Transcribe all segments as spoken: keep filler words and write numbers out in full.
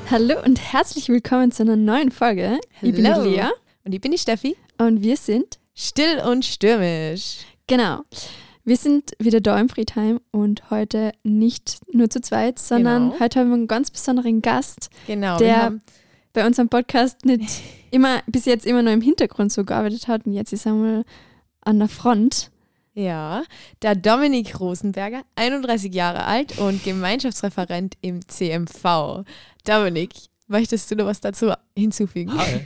Hallo und herzlich willkommen zu einer neuen Folge. Hallo. Ich bin die Lea. Und ich bin die Steffi. Und wir sind Still und stürmisch. Genau. Wir sind wieder da im Friedheim und heute nicht nur zu zweit, sondern Genau. heute haben wir einen ganz besonderen Gast, Genau. wir der haben, bei unserem Podcast nicht immer bis jetzt immer nur im Hintergrund so gearbeitet hat und jetzt ist er mal an der Front. ja, der Dominik Rosenberger, einunddreißig Jahre alt und Gemeinschaftsreferent im C M V. Dominik, möchtest du noch was dazu hinzufügen? Hi.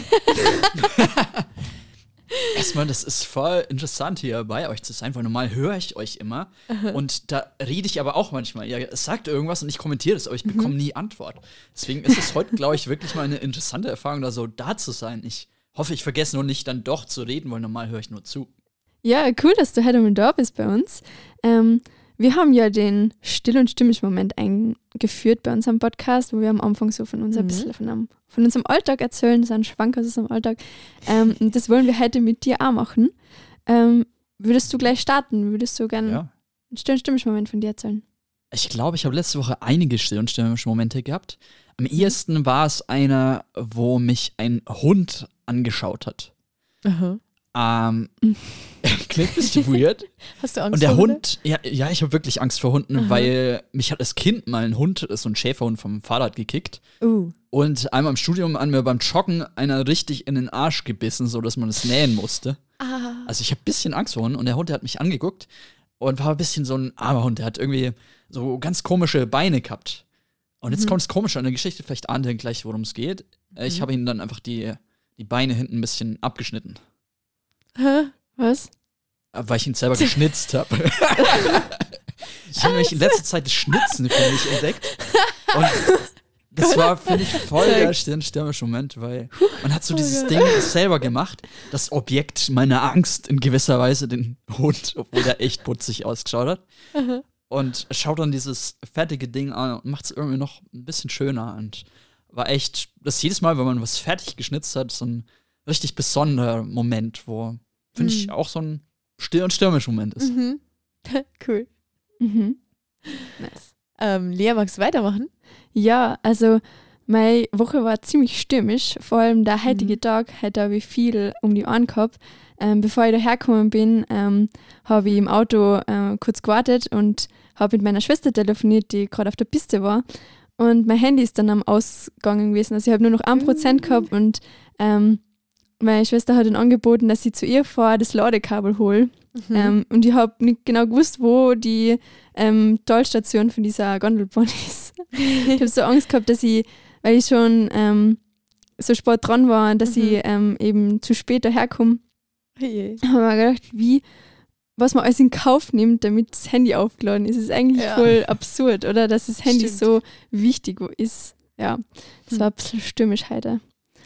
Erstmal, das ist voll interessant, hier bei euch zu sein, weil normal höre ich euch immer und da rede ich aber auch manchmal. Ja, es sagt irgendwas und ich kommentiere das, aber ich bekomme nie Antwort. Deswegen ist es heute, glaube ich, wirklich mal eine interessante Erfahrung, da so da zu sein. Ich hoffe, ich vergesse nur nicht, dann doch zu reden, weil normal höre ich nur zu. Ja, cool, dass du heute mal da bist bei uns. Ähm, wir haben ja den Still- und Stimmig-Moment eingeführt bei unserem Podcast, wo wir am Anfang so von uns ein Mhm. bisschen von, einem, von unserem Alltag erzählen, so ein Schwank aus unserem Alltag. Ähm, und das wollen wir heute mit dir auch machen. Ähm, würdest du gleich starten? Würdest du gerne Ja. einen Still- und Stimmig-Moment von dir erzählen? Ich glaube, ich habe letzte Woche einige Still- und stimmische Momente gehabt. Am ehesten war es einer, wo mich ein Hund angeschaut hat. Aha. Ähm, klingt ein bisschen weird. Hast du Angst Und der vor Hunde? Hund, ja, ja ich habe wirklich Angst vor Hunden, Aha. weil mich hat als Kind mal ein Hund, so ein Schäferhund vom Fahrrad gekickt. Uh. Und einmal im Studium an mir beim Joggen einer richtig in den Arsch gebissen, sodass man es nähen musste. Ah. Also ich habe ein bisschen Angst vor Hunden und der Hund, der hat mich angeguckt und war ein bisschen so ein armer Hund. Der hat irgendwie so ganz komische Beine gehabt. Und jetzt Mhm. kommt es komisch an der Geschichte, vielleicht ahnt ihr gleich, worum es geht. Äh, Ich Mhm. habe ihm dann einfach die, die Beine hinten ein bisschen abgeschnitten, Hä? Was? äh, weil ich ihn selber geschnitzt habe. Ich habe nämlich in letzter Zeit das Schnitzen für mich entdeckt. Und das war, finde ich, voll der stirn- stürmische Moment, weil man hat so dieses Ding selber gemacht, das Objekt meiner Angst in gewisser Weise, den Hund, obwohl der echt putzig ausgeschaut hat. Aha. Und schaut dann dieses fertige Ding an und macht es irgendwie noch ein bisschen schöner. Und war echt, das jedes Mal, wenn man was fertig geschnitzt hat, so ein richtig besonderer Moment, wo, finde ich, Mhm. auch so ein still- und stürmischer Moment ist. Mhm. Cool. Mhm. Nice. Ähm, Lea, magst du weitermachen? Ja, also meine Woche war ziemlich stürmisch, vor allem der heutige Mhm. Tag hat da wie viel um die Ohren gehabt. Ähm, bevor ich dahergekommen bin, ähm, habe ich im Auto äh, kurz gewartet und habe mit meiner Schwester telefoniert, die gerade auf der Piste war. Und mein Handy ist dann am Ausgang gewesen. Also ich habe nur noch ein Prozent gehabt und ähm, meine Schwester hat dann angeboten, dass ich zu ihr fahre, das Ladekabel hole. Mhm. Ähm, und ich habe nicht genau gewusst, wo die ähm, Tollstation von dieser Gondelbahn ist. Ich habe so Angst gehabt, dass ich, weil ich schon ähm, so spät dran war, dass Mhm. ich ähm, eben zu spät daherkomme. Hey. Ich habe mir gedacht, wie, was man alles in Kauf nimmt, damit das Handy aufgeladen ist. Das ist eigentlich Ja. voll absurd, oder? Dass das Handy Stimmt. so wichtig ist. Ja, das Hm. war ein bisschen stürmisch heute.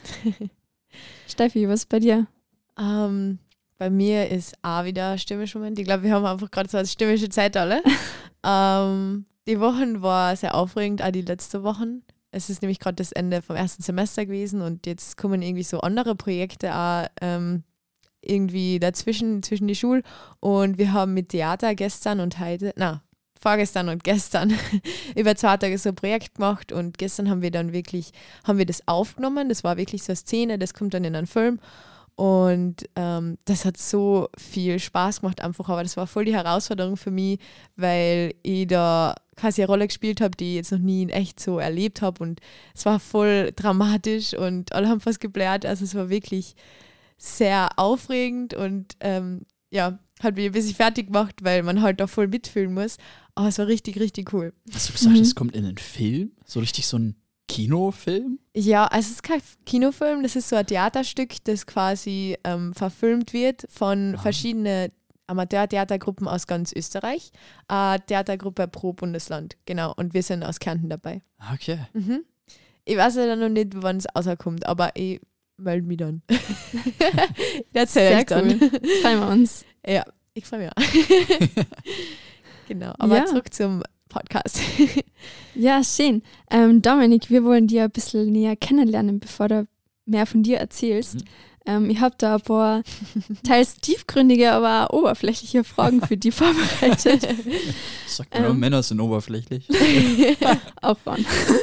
Steffi, was ist bei dir? Ähm, bei mir ist auch wieder ein stürmischer Moment. Ich glaube, wir haben einfach gerade so eine stürmische Zeit alle. ähm, die Wochen war sehr aufregend, auch die letzten Wochen. Es ist nämlich gerade das Ende vom ersten Semester gewesen und jetzt kommen irgendwie so andere Projekte auch ähm, irgendwie dazwischen, zwischen die Schule. Und wir haben mit Theater gestern und heute, na, vorgestern und gestern über zwei Tage so ein Projekt gemacht und gestern haben wir dann wirklich, haben wir das aufgenommen. Das war wirklich so eine Szene, das kommt dann in einen Film. Und ähm, das hat so viel Spaß gemacht einfach, aber das war voll die Herausforderung für mich, weil ich da quasi eine Rolle gespielt habe, die ich jetzt noch nie in echt so erlebt habe und es war voll dramatisch und alle haben fast geblärt, also es war wirklich sehr aufregend und ähm, ja, hat mich ein bisschen fertig gemacht, weil man halt da voll mitfühlen muss, aber es war richtig, richtig cool. Hast du gesagt, Mhm. es kommt in einen Film? So richtig so ein Kinofilm? Ja, also es ist kein Kinofilm, das ist so ein Theaterstück, das quasi ähm, verfilmt wird von Ah. verschiedenen Amateur-Theatergruppen aus ganz Österreich. Äh, Theatergruppe pro Bundesland, genau. Und wir sind aus Kärnten dabei. Okay. Mhm. Ich weiß ja noch nicht, wann es rauskommt, aber ich melde mich dann. ich erzähle Sehr euch dann. cool. Freuen wir uns. Ja, ich freue mich auch. Genau, aber Ja. zurück zum Podcast. Ja, schön. Ähm, Dominik, wir wollen dir ein bisschen näher kennenlernen, bevor du mehr von dir erzählst. Mhm. Ähm, ich habe da ein paar teils tiefgründige, aber auch oberflächliche Fragen für die vorbereitet. Sagt man, Ähm. Männer sind oberflächlich. Auch Frauen.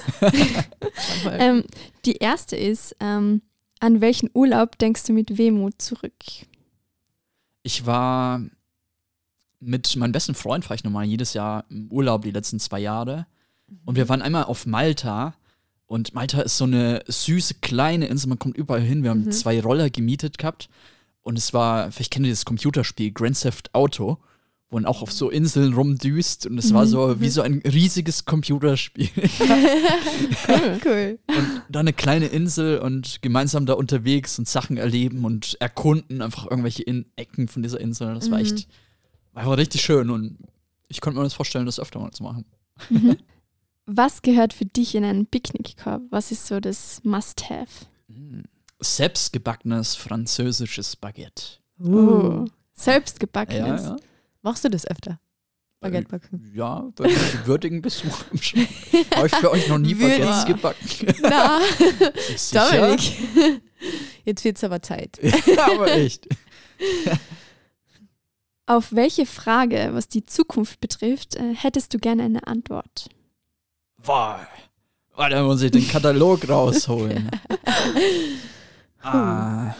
ähm, die erste ist, ähm, an welchen Urlaub denkst du mit Wehmut zurück? Ich war mit meinem besten Freund, fahre ich normal jedes Jahr im Urlaub die letzten zwei Jahre. Und wir waren einmal auf Malta. Und Malta ist so eine süße, kleine Insel, man kommt überall hin. Wir haben Mhm. zwei Roller gemietet gehabt. Und es war, vielleicht kennt ihr das Computerspiel Grand Theft Auto, wo man auch auf so Inseln rumdüst. Und es war so wie so ein riesiges Computerspiel. Cool. Cool. Und da eine kleine Insel und gemeinsam da unterwegs und Sachen erleben und erkunden, einfach irgendwelche in Ecken von dieser Insel. Das war Mhm. echt, war richtig schön und ich konnte mir das vorstellen, das öfter mal zu machen. Was gehört für dich in einen Picknickkorb? Was ist so das Must-Have? Selbstgebackenes französisches Baguette. Oh. Selbstgebackenes. Ja, ja. Machst du das öfter? Baguette backen? Ja, bei einem würdigen Besuch im Schrank. Habe ich für euch noch nie Würdig. Baguettes gebacken. Na, Sicher? Dominik. Jetzt wird's aber Zeit. Ja, aber echt. Auf welche Frage, was die Zukunft betrifft, äh, hättest du gerne eine Antwort? Boah, oh, da muss ich den Katalog rausholen. ah.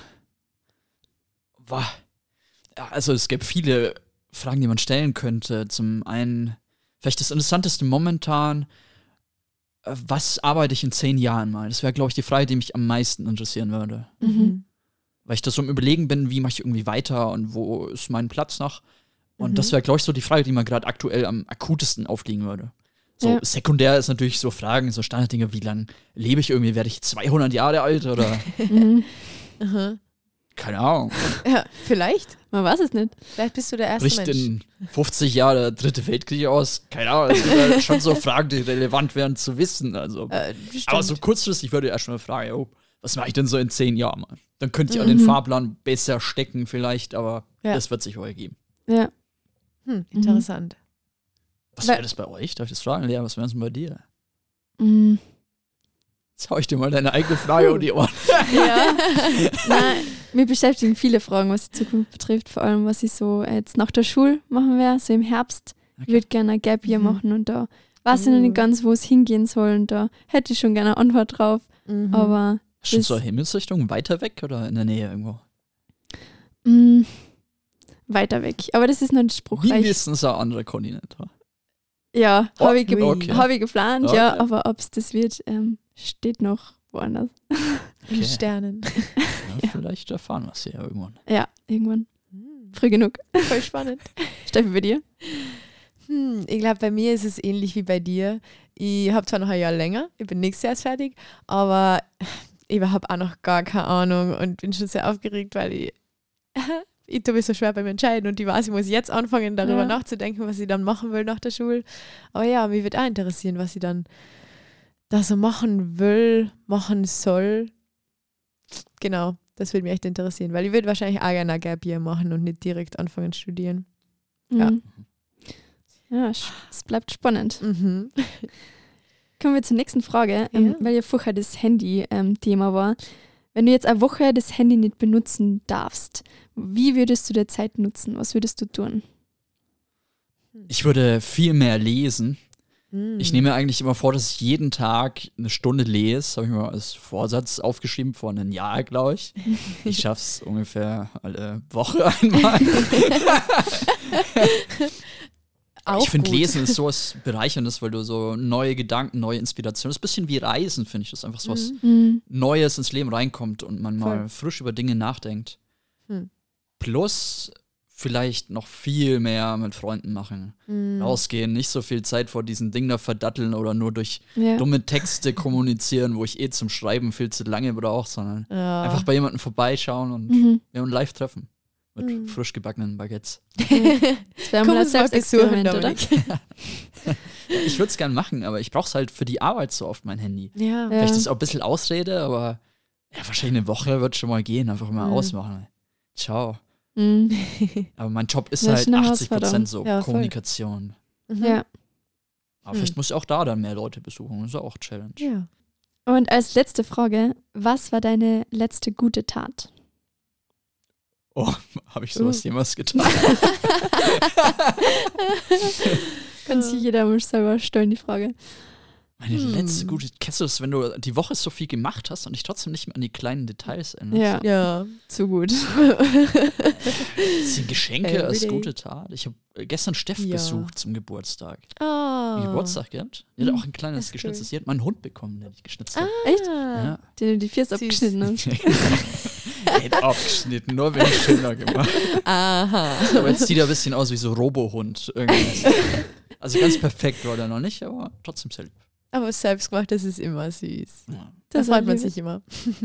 Boah. Ja, also es gibt viele Fragen, die man stellen könnte. Zum einen, vielleicht das Interessanteste momentan, äh, was arbeite ich in zehn Jahren mal? Das wäre, glaube ich, die Frage, die mich am meisten interessieren würde. Mhm. Weil ich da so im Überlegen bin, wie mache ich irgendwie weiter und wo ist mein Platz noch? Und Mhm. das wäre, glaube ich, so die Frage, die mir gerade aktuell am akutesten aufliegen würde. So Ja. sekundär ist natürlich so Fragen, so Standarddinge, wie lange lebe ich irgendwie? Werde ich zweihundert Jahre alt oder Mhm. Aha. keine Ahnung, Ja, vielleicht. Man weiß es nicht. Vielleicht bist du der erste bricht Mensch. in fünfzig Jahren der dritte Weltkrieg aus? Keine Ahnung, das sind ja schon so Fragen, die relevant wären zu wissen. Also. Äh, Aber so stimmt. kurzfristig würde ich erstmal fragen, oh, was mache ich denn so in zehn Jahren mal? Dann könnte ich auch Mhm. den Fahrplan besser stecken vielleicht, aber Ja. das wird sich wohl ergeben. Ja. Hm, interessant. Was Weil- wäre das bei euch? Darf ich das fragen, Lea? Was wäre es denn bei dir? Mhm. Jetzt hau ich dir mal deine eigene Frage um die Ohren. Ja. Nein, mir beschäftigen viele Fragen, was die Zukunft betrifft. Vor allem, was ich so jetzt nach der Schule machen werde, so im Herbst. Ich würde gerne ein Gap Year Mhm. machen und da weiß ich noch Oh. nicht ganz, wo es hingehen soll. Und da hätte ich schon gerne eine Antwort drauf. Mhm. Aber Schon Das- zur Himmelsrichtung weiter weg oder in der Nähe irgendwo? mh, weiter weg. Aber das ist noch nicht Wie spruchreich. wissen es ein anderer Kontinent? Ja, Oh, habe ich, ge okay. hab ich geplant, Okay. ja. Aber ob es das wird, ähm, steht noch woanders. In Okay. Sternen. Ja, vielleicht erfahren wir es ja irgendwann. Ja, irgendwann. Hm, Früh genug. voll spannend. Steffi, bei dir? Hm, ich glaube, bei mir ist es ähnlich wie bei dir. Ich habe zwar noch ein Jahr länger, ich bin nächstes Jahr erst fertig, aber ich habe auch noch gar keine Ahnung und bin schon sehr aufgeregt, weil ich, ich tue mich so schwer beim Entscheiden und ich weiß, ich muss jetzt anfangen, darüber Ja. nachzudenken, was ich dann machen will nach der Schule. Aber ja, mich wird auch interessieren, was ich dann da so machen will, machen soll. Genau, das würde mich echt interessieren, weil ich würde wahrscheinlich auch gerne ein Gap Year machen und nicht direkt anfangen zu studieren. Ja. Mhm. Ja, sch- es bleibt spannend. Mhm. Kommen wir zur nächsten Frage, ähm, Ja. weil ja vorher das Handy-Thema war. Wenn du jetzt eine Woche das Handy nicht benutzen darfst, wie würdest du die Zeit nutzen? Was würdest du tun? Ich würde viel mehr lesen. Mhm. Ich nehme mir eigentlich immer vor, dass ich jeden Tag eine Stunde lese. Habe ich mir als Vorsatz aufgeschrieben vor einem Jahr, glaube ich. Ich schaffe es ungefähr alle Woche einmal. Auch ich finde, gut. Lesen ist sowas Bereicherndes, weil du so neue Gedanken, neue Inspirationen, das ist ein bisschen wie Reisen, finde ich. Das ist einfach so was Mhm. Mhm. Neues ins Leben reinkommt und man mal Voll. frisch über Dinge nachdenkt. Hm. Plus vielleicht noch viel mehr mit Freunden machen. Mhm. Rausgehen, nicht so viel Zeit vor diesen Dingen da verdatteln oder nur durch Ja. dumme Texte kommunizieren, wo ich eh zum Schreiben viel zu lange brauche, sondern Ja. einfach bei jemandem vorbeischauen und Mhm. ja, und live treffen. Mit Mhm. frisch gebackenen Baguettes. Das wäre Komm mal ein uns mal besuchen, Selbstexperiment, oder? Dominik. Ich würde es gern machen, aber ich brauche es halt für die Arbeit so oft, mein Handy. Ja. Ja. Vielleicht ist es auch ein bisschen Ausrede, aber ja, wahrscheinlich eine Woche wird schon mal gehen, einfach mal Mhm. ausmachen. Ciao. Mhm. Aber mein Job ist Das ist halt eine achtzig Prozent so Ja, voll. Kommunikation. Mhm. Ja. Aber Hm. vielleicht muss ich auch da dann mehr Leute besuchen. Das ist auch Challenge. Ja. Und als letzte Frage, was war deine letzte gute Tat? Oh, habe ich sowas Uh. jemals getan? Kann sich jeder mal selber stellen, die Frage. Meine Hm. letzte gute, kennst du das, wenn du die Woche so viel gemacht hast und dich trotzdem nicht mehr an die kleinen Details erinnerst? Ja, Ja. zu gut. Sind Geschenke Every als day. gute Tat? Ich habe gestern Steff Ja. besucht zum Geburtstag. Ah. Geburtstag gehabt? Die hat auch ein Das kleines ist geschnitztes. cool. Sie hat meinen Hund bekommen, den ich geschnitzt habe. Echt? Ja. Den du die Füße Süß. abgeschnitten hast. Hätte abgeschnitten, nur wenn ich schöner gemacht. Aha. Aber jetzt sieht er ein bisschen aus wie so Robohund. Irgendwie. Also ganz perfekt war der noch nicht, aber trotzdem sehr lieb. Aber selbst gemacht, das ist immer süß. Ja. Da Das freut man lieb. sich immer.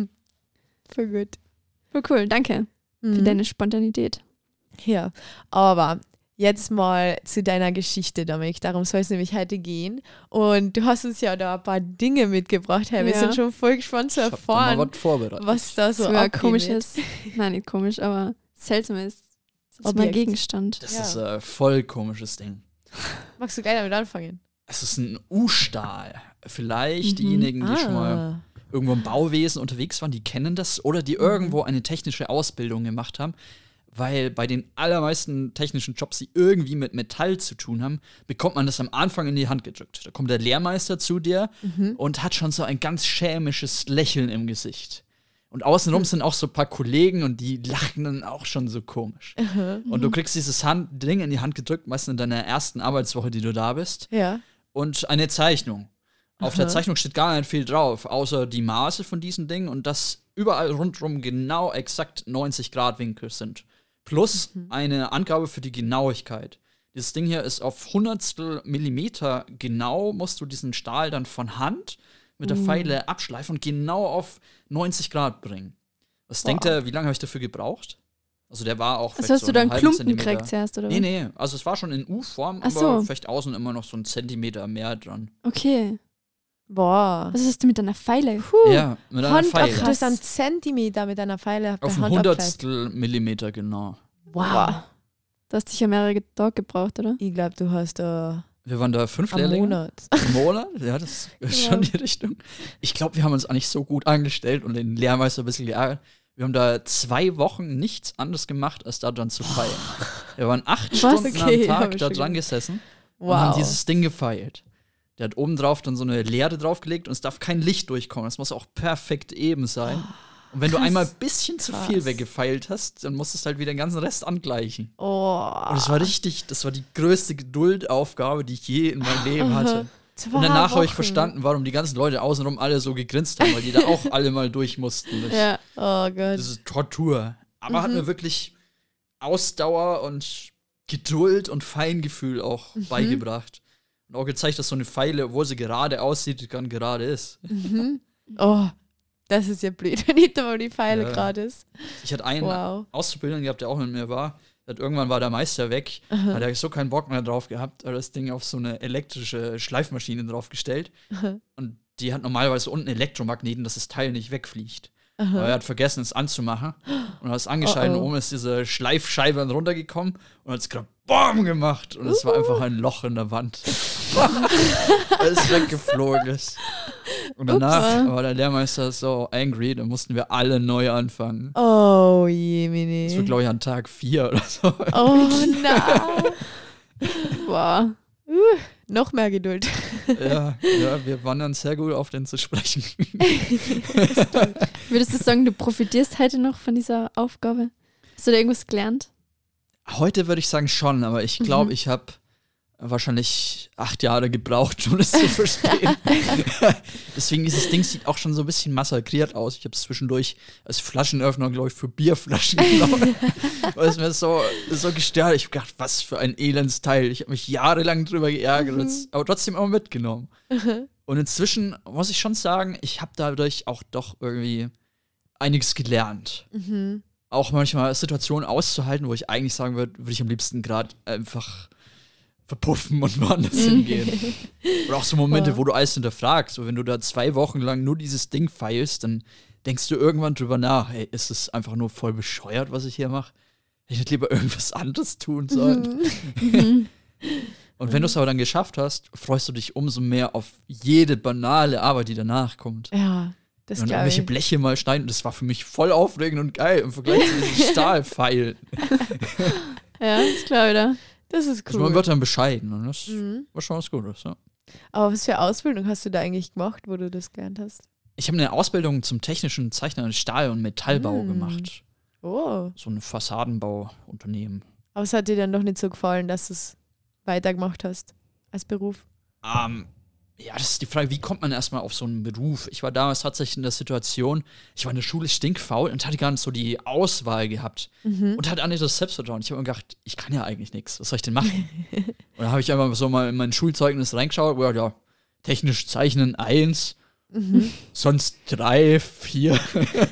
Voll gut. Voll cool, danke für Mhm. deine Spontanität. Ja, aber jetzt mal zu deiner Geschichte, Dominik. Darum soll es nämlich heute gehen. Und du hast uns ja da ein paar Dinge mitgebracht. Hey, wir Ja. sind schon voll gespannt zu Ich hab da mal erfahren, was vorbereitet. was da so Sogar abgehen komisches, nein, nicht komisch, aber seltsames Objekt. Objekt. Gegenstand. Das Ja. ist ein voll komisches Ding. wird. Magst du gleich damit anfangen? Es ist ein U-Stahl. Vielleicht Mhm. diejenigen, die schon mal Ah. irgendwo im Bauwesen unterwegs waren, die kennen das. Oder die irgendwo eine technische Ausbildung gemacht haben. Weil bei den allermeisten technischen Jobs, die irgendwie mit Metall zu tun haben, bekommt man das am Anfang in die Hand gedrückt. Da kommt der Lehrmeister zu dir und hat schon so ein ganz schelmisches Lächeln im Gesicht. Und außenrum sind auch so ein paar Kollegen und die lachen dann auch schon so komisch. Und du kriegst dieses Hand Ding in die Hand gedrückt, meistens in deiner ersten Arbeitswoche, die du da bist, Ja. und eine Zeichnung. Auf der Zeichnung steht gar nicht viel drauf, außer die Maße von diesen Dingen und dass überall rundherum genau exakt neunzig Grad Winkel sind. Plus eine Angabe für die Genauigkeit. Dieses Ding hier ist auf Hundertstel Millimeter genau, musst du diesen Stahl dann von Hand mit der Feile abschleifen und genau auf neunzig Grad bringen. Was denkt ihr, wie lange habe ich dafür gebraucht? Also der war auch Also vielleicht hast so du da einen halben Klumpen Zentimeter. gekriegt zuerst, oder? Nee, nee, also es war schon in U-Form, Ach aber so. vielleicht außen immer noch so ein Zentimeter mehr dran. Okay. Boah. Was hast du mit deiner Feile? Ja, mit einer Hand Feile. Du hast einen Zentimeter mit einer Feile auf Auf der ein Hand abgeschleift. Hundertstel Millimeter, genau. Wow. Du hast sicher mehrere Tage gebraucht, oder? Ich glaube, du hast da Wir waren da fünf einen Lehrlinge. Monat. Im Monat? Ja, das ist schon die Richtung. Ich glaube, wir haben uns eigentlich so gut angestellt und den Lehrmeister ein bisschen geärgert. Wir haben da zwei Wochen nichts anderes gemacht, als da dran zu feiern. Wir waren acht Was? Stunden Okay, am hab Tag ich da schon dran gedacht. gesessen Wow. und haben dieses Ding gefeilt. Der hat oben drauf dann so eine Leere draufgelegt und es darf kein Licht durchkommen. Es muss auch perfekt eben sein. Und wenn du krass. einmal ein bisschen zu viel Krass. weggefeilt hast, dann musst du es halt wieder den ganzen Rest angleichen. Oh. Und es war richtig, das war die größte Geduldaufgabe, die ich je in meinem Leben hatte. Zwei Und danach habe ich Wochen. verstanden, warum die ganzen Leute außenrum alle so gegrinst haben, weil die da auch alle mal durch mussten. Das, Ja. Oh Gott. das ist Tortur. Aber Mhm. hat mir wirklich Ausdauer und Geduld und Feingefühl auch Mhm. beigebracht. Und auch gezeigt, dass so eine Feile, obwohl sie gerade aussieht, dann gerade ist. Mhm. Oh, das ist ja blöd, wenn nicht einmal die Pfeile Ja. gerade ist. Ich hatte einen Wow. Auszubildenden gehabt, der auch mit mir war. Der hat, irgendwann war der Meister weg. Hat er so keinen Bock mehr drauf gehabt, hat das Ding auf so eine elektrische Schleifmaschine draufgestellt. Und die hat normalerweise unten Elektromagneten, dass das Teil nicht wegfliegt. Aber er hat vergessen, es anzumachen. Und hat es angeschaltet Oh, oh. und oben ist diese Schleifscheibe dann runtergekommen und hat es gerade BOM gemacht. Und es war einfach ein Loch in der Wand. Weil es weggeflogen ist. Und danach Ups. war der Lehrmeister so angry, da mussten wir alle neu anfangen. Oh Das war, je, glaube ich, an Tag vier oder so. Oh nein. Wow. Noch mehr Geduld. Ja, ja, wir waren dann sehr gut auf den zu sprechen. Würdest du sagen, du profitierst heute noch von dieser Aufgabe? Hast du da irgendwas gelernt? Heute würde ich sagen schon, aber ich glaube, Mhm. ich habe wahrscheinlich acht Jahre gebraucht, um das zu verstehen. Deswegen, dieses Ding sieht auch schon so ein bisschen massakriert aus. Ich habe es zwischendurch als Flaschenöffner, glaube ich, für Bierflaschen genommen. Weil es mir so, so gestört. Ich habe gedacht, was für ein Elendsteil. Ich habe mich jahrelang drüber geärgert, Mhm. und- aber trotzdem immer mitgenommen. Und inzwischen muss ich schon sagen, ich habe dadurch auch doch irgendwie einiges gelernt. Mhm. Auch manchmal Situationen auszuhalten, wo ich eigentlich sagen würde, würde ich am liebsten gerade einfach verpuffen und woanders hingehen. Oder auch so Momente, Ja. wo du alles hinterfragst. So, wenn du da zwei Wochen lang nur dieses Ding feilst, dann denkst du irgendwann drüber nach, hey, ist es einfach nur voll bescheuert, was ich hier mache? Hätte ich nicht lieber irgendwas anderes tun sollen? Mhm. Und wenn du es aber dann geschafft hast, freust du dich umso mehr auf jede banale Arbeit, die danach kommt. Ja, Das und glaube irgendwelche ich. Bleche mal schneiden. Das war für mich voll aufregend und geil im Vergleich zu diesen Stahlpfeilen. Ja, das glaube ich da. Das ist Also man cool. wird dann bescheiden und das Mhm. war schon was Gutes. Ja. Aber was für Ausbildung hast du da eigentlich gemacht, wo du das gelernt hast? Ich habe eine Ausbildung zum technischen Zeichner in Stahl- und Metallbau Mm. gemacht. Oh. So ein Fassadenbauunternehmen. Aber es hat dir dann doch nicht so gefallen, dass du es weitergemacht hast als Beruf. Ähm, ja, das ist die Frage, wie kommt man erstmal auf so einen Beruf? Ich war damals tatsächlich in der Situation, ich war in der Schule stinkfaul und hatte gar nicht so die Auswahl gehabt. Mhm. Und hatte auch nicht das Selbstvertrauen. Ich habe mir gedacht, ich kann ja eigentlich nichts. Was soll ich denn machen? Und dann habe ich einfach so mal in mein Schulzeugnis reingeschaut, wo ja, technisch zeichnen eins, Mhm. sonst drei, vier.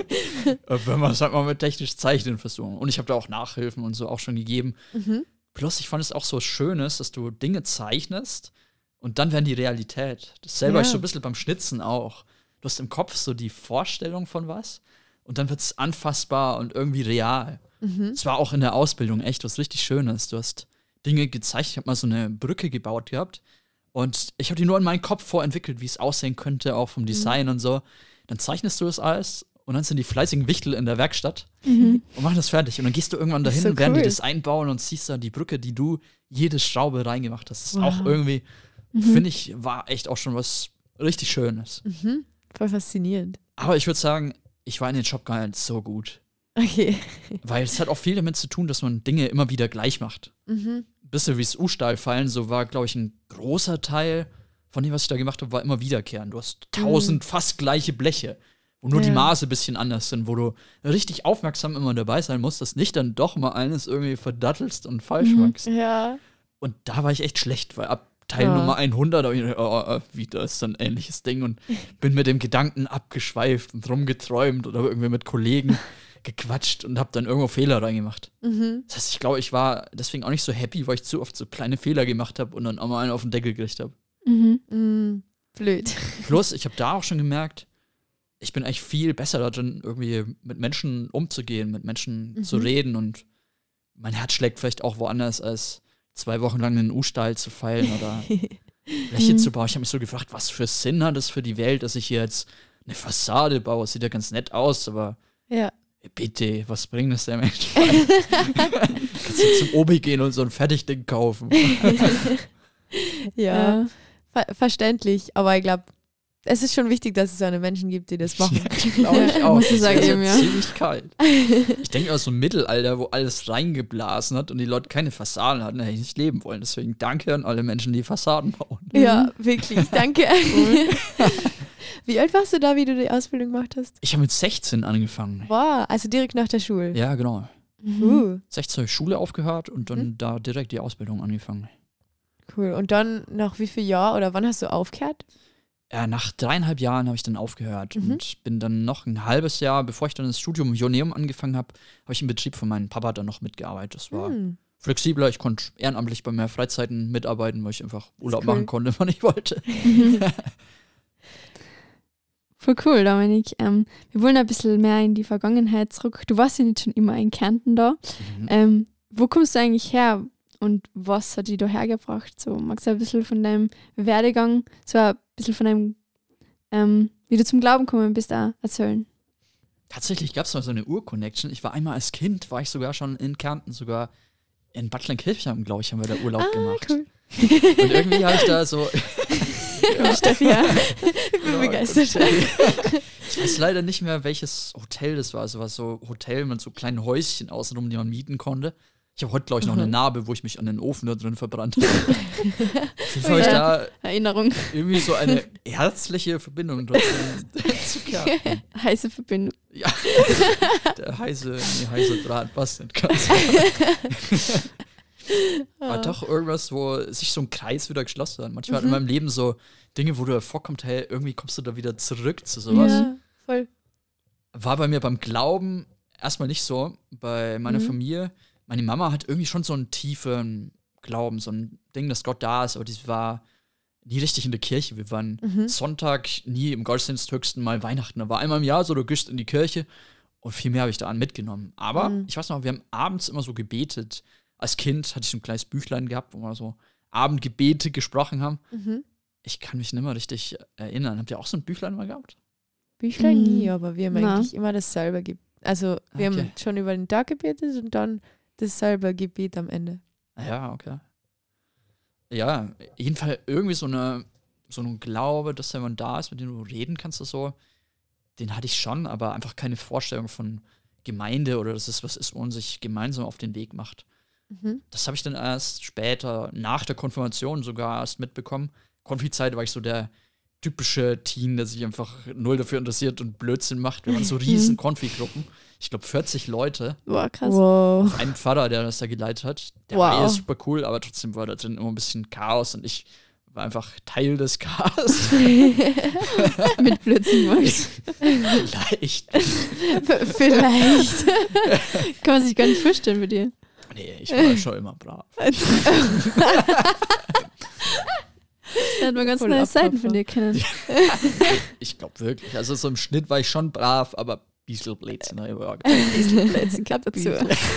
Wenn man es halt mal mit technisch zeichnen versuchen. Und ich habe da auch Nachhilfen und so auch schon gegeben. Mhm. Plus, ich fand es auch so Schönes, dass du Dinge zeichnest und dann werden die Realität. Dasselbe Ja. ist so ein bisschen beim Schnitzen auch. Du hast im Kopf so die Vorstellung von was und dann wird es anfassbar und irgendwie real. Mhm. Es war auch in der Ausbildung echt was richtig Schönes. Du hast Dinge gezeichnet. Ich habe mal so eine Brücke gebaut gehabt und ich habe die nur in meinen Kopf vorentwickelt, wie es aussehen könnte, auch vom Design und so. Dann zeichnest du das alles und dann sind die fleißigen Wichtel in der Werkstatt Mhm. und machen das fertig. Und dann gehst du irgendwann Das ist dahin, so werden die cool. das einbauen und siehst dann die Brücke, die du jede Schraube reingemacht hast. Das ist Wow. auch irgendwie, Mhm. finde ich, war echt auch schon was richtig Schönes. Mhm. Voll faszinierend. Aber ich würde sagen, ich war in den Job gar nicht so gut. Okay. Weil es hat auch viel damit zu tun, dass man Dinge immer wieder gleich macht. Mhm. Bisschen wie das U-Stahl fallen, so war, glaube ich, ein großer Teil von dem, was ich da gemacht habe, war immer wiederkehren. Du hast tausend fast gleiche Bleche, wo nur Ja. die Maße ein bisschen anders sind, wo du richtig aufmerksam immer dabei sein musst, dass nicht dann doch mal eines irgendwie verdattelst und falsch Mhm. machst. Ja. Und da war ich echt schlecht, weil ab Teil Ja. Nummer hundert habe ich gedacht, oh, oh, wieder ist so ein ähnliches Ding und bin mit dem Gedanken abgeschweift und rumgeträumt oder irgendwie mit Kollegen gequatscht und habe dann irgendwo Fehler reingemacht. Mhm. Das heißt, ich glaube, ich war deswegen auch nicht so happy, weil ich zu oft so kleine Fehler gemacht habe und dann auch mal einen auf den Deckel gekriegt habe. Mhm. Mhm. Blöd. Plus, ich habe da auch schon gemerkt, ich bin eigentlich viel besser darin, irgendwie mit Menschen umzugehen, mit Menschen Mhm. zu reden und mein Herz schlägt vielleicht auch woanders, als zwei Wochen lang in den U-Stahl zu feilen oder Bleche Mhm. zu bauen. Ich habe mich so gefragt, was für Sinn hat es für die Welt, dass ich hier jetzt eine Fassade baue? Es sieht ja ganz nett aus, aber Ja. bitte, was bringt das der Mensch? Kannst du zum Obi gehen und so ein Fertigding kaufen? Ja. Ja. Ver verständlich. Aber ich glaube, es ist schon wichtig, dass es so eine Menschen gibt, die das machen. Glaube ich Ja, auch. muss ich sagen, Das ist eben, ja. ziemlich kalt. Ich denke aus so einem Mittelalter, wo alles reingeblasen hat und die Leute keine Fassaden hatten, hätte ich nicht leben wollen. Deswegen danke an alle Menschen, die Fassaden bauen. Ja, wirklich. Danke. Wie alt warst du da, wie du die Ausbildung gemacht hast? Ich habe mit sechzehn angefangen. Wow, also direkt nach der Schule. Ja, genau. Mhm. Uh, sechzehn habe ich Schule aufgehört und dann Mhm. da direkt die Ausbildung angefangen. cool. Und dann nach wie viel Jahr oder wann hast du aufgehört? Ja, nach dreieinhalb Jahren habe ich dann aufgehört Mhm. und bin dann noch ein halbes Jahr, bevor ich dann das Studium Joneum angefangen habe, habe ich im Betrieb von meinem Papa dann noch mitgearbeitet. Das war Hm. flexibler, ich konnte ehrenamtlich bei mehr Freizeiten mitarbeiten, weil ich einfach Urlaub cool. machen konnte, wann ich wollte. Mhm. Voll cool, Dominik. Ähm, wir wollen ein bisschen mehr in die Vergangenheit zurück. Du warst ja nicht schon immer in Kärnten da. Mhm. Ähm, wo kommst du eigentlich her und was hat dich da hergebracht? So, magst du ein bisschen von deinem Werdegang, so ein bisschen von deinem, ähm, wie du zum Glauben gekommen bist, auch erzählen? Tatsächlich gab es mal so eine Ur-Connection. Ich war einmal als Kind, war ich sogar schon in Kärnten, sogar in Bad Kleinkirchheim, glaube ich, haben wir da Urlaub gemacht. cool. Und irgendwie habe ich da so. Ja. Steffi, ja. Ich bin Ja, begeistert. gut. Ich weiß leider nicht mehr, welches Hotel das war. Es war so ein Hotel mit so kleinen Häuschen außenrum, die man mieten konnte. Ich habe heute, glaube ich, noch eine Mhm. Narbe, wo ich mich an den Ofen da drin verbrannt habe. Auf jeden Fall habe ich Ja. da Erinnerung. irgendwie so eine herzliche Verbindung trotzdem zu Kärnten. Heiße Verbindung. Ja, der heiße, nee, heiße Draht passt nicht ganz. War doch irgendwas, wo sich so ein Kreis wieder geschlossen hat. Manchmal hat in Mhm. meinem Leben so Dinge, wo du vorkommst, hey, irgendwie kommst du da wieder zurück zu sowas. Ja, voll. War bei mir beim Glauben erstmal nicht so. Bei meiner Mhm. Familie, meine Mama hat irgendwie schon so einen tiefen Glauben, so ein Ding, dass Gott da ist, aber die war nie richtig in der Kirche. Wir waren Mhm. Sonntag nie im Gottesdienst, höchsten Mal Weihnachten. Da war einmal im Jahr so, du gehst in die Kirche und viel mehr habe ich da an mitgenommen. Aber Mhm. ich weiß noch, wir haben abends immer so gebetet. Als Kind hatte ich so ein kleines Büchlein gehabt, wo wir so Abendgebete gesprochen haben. Mhm. Ich kann mich nicht mehr richtig erinnern. Habt ihr auch so ein Büchlein mal gehabt? Büchlein Mm. nie, aber wir haben Na. eigentlich immer dasselbe Gebiet. Also wir Okay. haben schon über den Tag gebetet und dann dasselbe Gebiet am Ende. Ja, okay. Ja, jedenfalls irgendwie so eine so ein Glaube, dass jemand da ist, mit dem du reden kannst, das so, den hatte ich schon, aber einfach keine Vorstellung von Gemeinde oder dass es was ist, wo man sich gemeinsam auf den Weg macht. Mhm. Das habe ich dann erst später, nach der Konfirmation sogar erst mitbekommen. Konfi-Zeit war ich so der typische Teen, der sich einfach null dafür interessiert und Blödsinn macht. Wir waren so riesen Konfi-Gruppen. Ich glaube vierzig Leute. Boah, krass. Wow. Ein Pfarrer, der das da geleitet hat. Der Wow. war eh super cool, aber trotzdem war da drin immer ein bisschen Chaos und ich war einfach Teil des Chaos. Mit Blödsinn gemacht. Vielleicht. Vielleicht. Kann man sich gar nicht vorstellen mit dir. Nee, ich war schon immer brav. Da hat man ganz Voll neue Seiten Abklopfer. von dir kennen. Ich glaube wirklich. Also so im Schnitt war ich schon brav, aber ein bisschen Blödsinn. Ja, Blödsinn gehört dazu.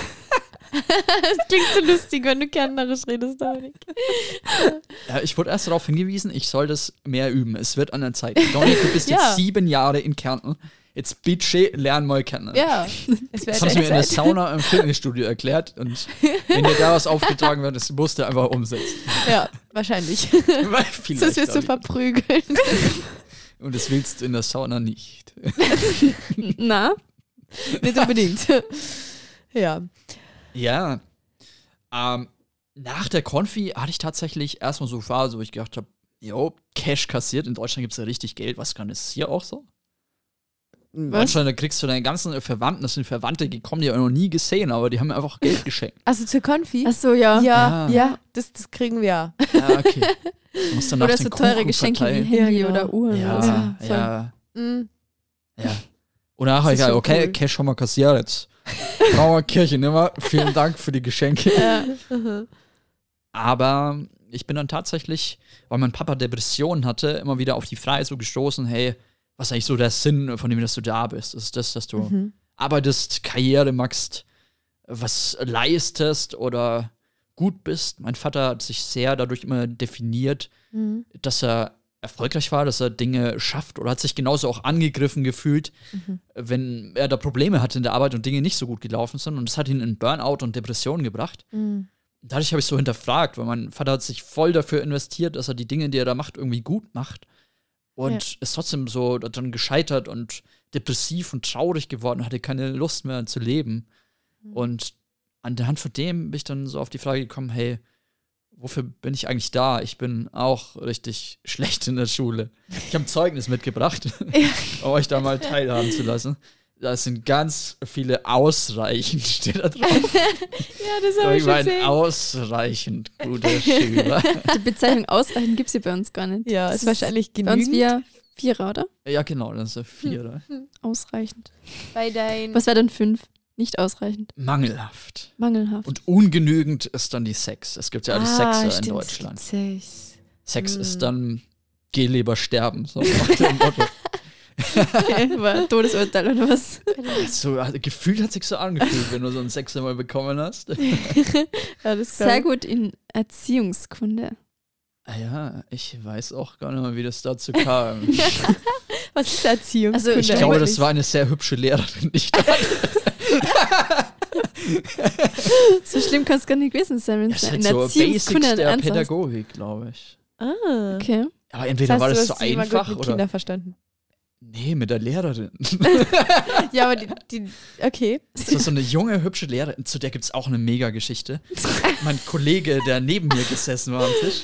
Das klingt so lustig, wenn du Kärntnerisch redest, Dominik. Ja, ich wurde erst darauf hingewiesen, ich soll das mehr üben. Es wird an der Zeit. Dominik, du bist Ja. jetzt sieben Jahre in Kärnten. Jetzt bitte lern mal Kärntnerisch. Ja, es Das wäre haben sie mir in der Zeit. Sauna im Fitnessstudio erklärt. Und wenn dir da was aufgetragen wird, das musst du einfach umsetzen. Ja, wahrscheinlich. Weil Sonst wirst du Vielleicht, verprügeln. und das willst du in der Sauna nicht. Na? Nicht unbedingt. Ja. Ja. Ähm, nach der Konfi hatte ich tatsächlich erstmal so Phase, wo ich gedacht habe, jo, Cash kassiert. In Deutschland gibt es ja richtig Geld. Was kann es hier auch so? In Was? Deutschland, da kriegst du deine ganzen Verwandten, das sind Verwandte, die kommen, die haben noch nie gesehen, aber die haben mir einfach Geld geschenkt. Also zur Konfi? Ach so, ja. Ja, Ja. ja, das, das kriegen wir. Ja, okay. Du musst dann Oder nach so den teure Kuchen Geschenke wie verteilen. Handy Ja, genau. oder Uhren. Ja, oder so. ja, Voll. ja, Mhm. ja. Und nachher, Das ist ja, schon okay, cool. Cash haben wir kassiert jetzt. Brauchen wir Kirche nicht mehr. Vielen Dank für die Geschenke. Ja. Mhm. Aber ich bin dann tatsächlich, weil mein Papa Depressionen hatte, immer wieder auf die Frage so gestoßen, hey, was ist eigentlich so der Sinn von dem, dass du da bist? Ist das, dass du Mhm. arbeitest, Karriere machst, was leistest oder gut bist? Mein Vater hat sich sehr dadurch immer definiert, Mhm. dass er erfolgreich war, dass er Dinge schafft oder hat sich genauso auch angegriffen gefühlt, Mhm. wenn er da Probleme hatte in der Arbeit und Dinge nicht so gut gelaufen sind. Und das hat ihn in Burnout und Depressionen gebracht. Mhm. Dadurch habe ich so hinterfragt, weil mein Vater hat sich voll dafür investiert, dass er die Dinge, die er da macht, irgendwie gut macht. Und Ja. ist trotzdem so dann gescheitert und depressiv und traurig geworden, hatte keine Lust mehr zu leben. Mhm. Und an der Hand von dem bin ich dann so auf die Frage gekommen, hey, wofür bin ich eigentlich da? Ich bin auch richtig schlecht in der Schule. Ich habe ein Zeugnis mitgebracht, um euch da mal teilhaben zu lassen. Da sind ganz viele ausreichend, steht da drauf. Ja, das habe ich Ich schon war ein gesehen. ausreichend guter Schüler. Die Bezeichnung ausreichend gibt es hier bei uns gar nicht. Ja, Das ist wahrscheinlich Bei uns genügend. wir Vierer, oder? Ja, genau, das ist ein Vierer. Ausreichend. Bei dein Was wäre dann fünf? Nicht ausreichend. Mangelhaft. Mangelhaft. Und ungenügend ist dann die Sex. Es gibt ja alle Sexer in stimmt, Deutschland. Sex. Sex Hm. ist dann geh lieber sterben. So nach dem Motto. Okay, war Todesurteil oder was? So, also, gefühlt hat sich so angefühlt, wenn du so einen Sexer mal bekommen hast. Ja, das Sehr gut in Erziehungskunde. Ah ja, ich weiß auch gar nicht mehr, wie das dazu kam. Was ist Erziehung? Also, Ich glaube, das war eine sehr hübsche Lehrerin, die ich da hatte. So schlimm kann es gar nicht gewesen sein, wenn Das es ist in halt so Basics Erziehungskunde der ernst ist. Pädagogik, glaube ich. Ah. Okay. Aber entweder war das so du hast sie immer einfach gut mit oder. Kindern verstanden. Nee, mit der Lehrerin. Ja, aber die, die okay. Das war so eine junge, hübsche Lehrerin, zu der gibt es auch eine Mega-Geschichte. Mein Kollege, der neben mir gesessen war am Tisch.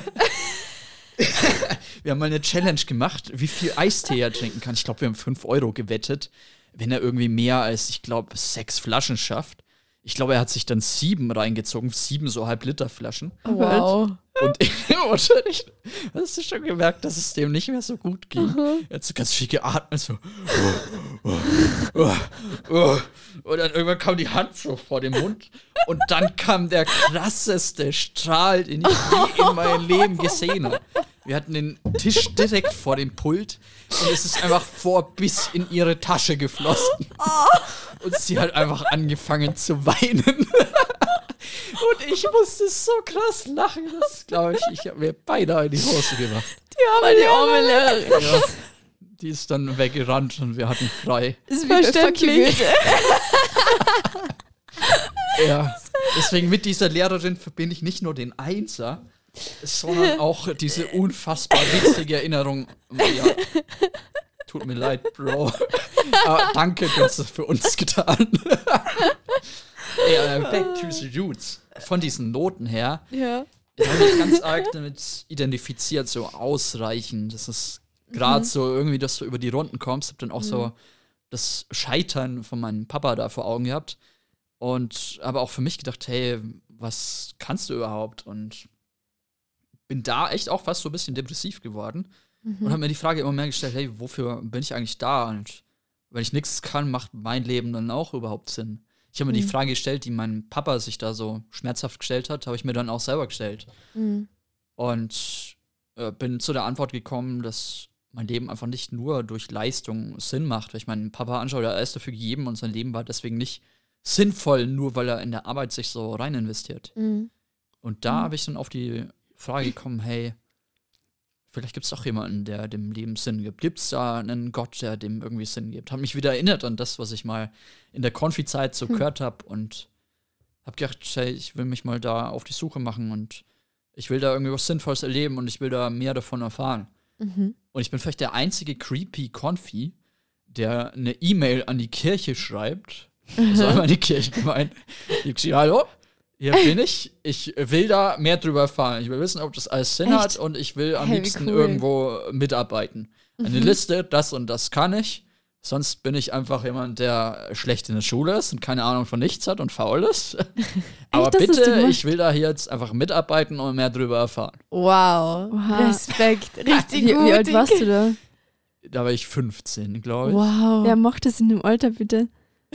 Wir haben mal eine Challenge gemacht, wie viel Eistee er trinken kann. Ich glaube, wir haben fünf Euro gewettet, wenn er irgendwie mehr als, ich glaube, sechs Flaschen schafft. Ich glaube, er hat sich dann sieben reingezogen, sieben so Halb-Liter-Flaschen. Wow. Und im Unterricht hast du schon gemerkt, dass es dem nicht mehr so gut ging. Er hat so ganz viel geatmet, so. Oh, oh, oh, oh. Und dann irgendwann kam die Hand so vor dem Mund. Und dann kam der krasseste Strahl, den ich je in meinem Leben gesehen habe. Wir hatten den Tisch direkt vor dem Pult und es ist einfach vor bis in ihre Tasche geflossen. Und sie hat einfach angefangen zu weinen. Und ich musste so krass lachen, das glaube ich, ich habe mir beinahe in die Hose gemacht. Aber die arme Lehrerin. Ja. die ist dann weggerannt und wir hatten frei. Ist verständlich. Ja, deswegen mit dieser Lehrerin verbinde ich nicht nur den Einser, sondern auch diese unfassbar witzige Erinnerung. Ja, tut mir leid, Bro. Aber danke, du hast das für uns getan. Ey, uh, back to the roots. Von diesen Noten her, Ja. ich habe mich ganz arg damit identifiziert, so ausreichend. Das ist gerade Mhm. so irgendwie, dass du über die Runden kommst. Hab dann auch Mhm. so das Scheitern von meinem Papa da vor Augen gehabt. Und aber auch für mich gedacht, hey, was kannst du überhaupt? Und bin da echt auch fast so ein bisschen depressiv geworden. Mhm. Und habe mir die Frage immer mehr gestellt, hey, wofür bin ich eigentlich da? Und wenn ich nichts kann, macht mein Leben dann auch überhaupt Sinn? Ich habe mir Mhm. die Frage gestellt, die mein Papa sich da so schmerzhaft gestellt hat, habe ich mir dann auch selber gestellt. Mhm. Und äh, bin zu der Antwort gekommen, dass mein Leben einfach nicht nur durch Leistung Sinn macht. Weil ich meinen Papa anschaue, der hat alles dafür gegeben und sein Leben war deswegen nicht sinnvoll, nur weil er in der Arbeit sich so rein investiert. Mhm. Und da Mhm. habe ich dann auf die Frage gekommen, hey, vielleicht gibt es doch jemanden, der dem Leben Sinn gibt. Gibt es da einen Gott, der dem irgendwie Sinn gibt? Hat mich wieder erinnert an das, was ich mal in der Konfi-Zeit so Hm. gehört habe und habe gedacht, hey, ich will mich mal da auf die Suche machen und ich will da irgendwie was Sinnvolles erleben und ich will da mehr davon erfahren. Mhm. Und ich bin vielleicht der einzige creepy Konfi, der eine E-Mail an die Kirche schreibt. Also einmal an die Kirche gemeint. Ich hab gesagt, hallo, hier bin ich. Ich will da mehr drüber erfahren. Ich will wissen, ob das alles Sinn Echt? hat und ich will am Hey, wie liebsten cool. irgendwo mitarbeiten. Eine Mhm. Liste, das und das kann ich. Sonst bin ich einfach jemand, der schlecht in der Schule ist und keine Ahnung von nichts hat und faul ist. Aber das hast du bitte, gemacht? ich will da hier jetzt einfach mitarbeiten und mehr drüber erfahren. Wow. Oha. Respekt. Richtig Wie, gut. wie alt warst du da? Da war ich fünfzehn, glaube ich. Wow. Wer macht das in dem Alter, bitte?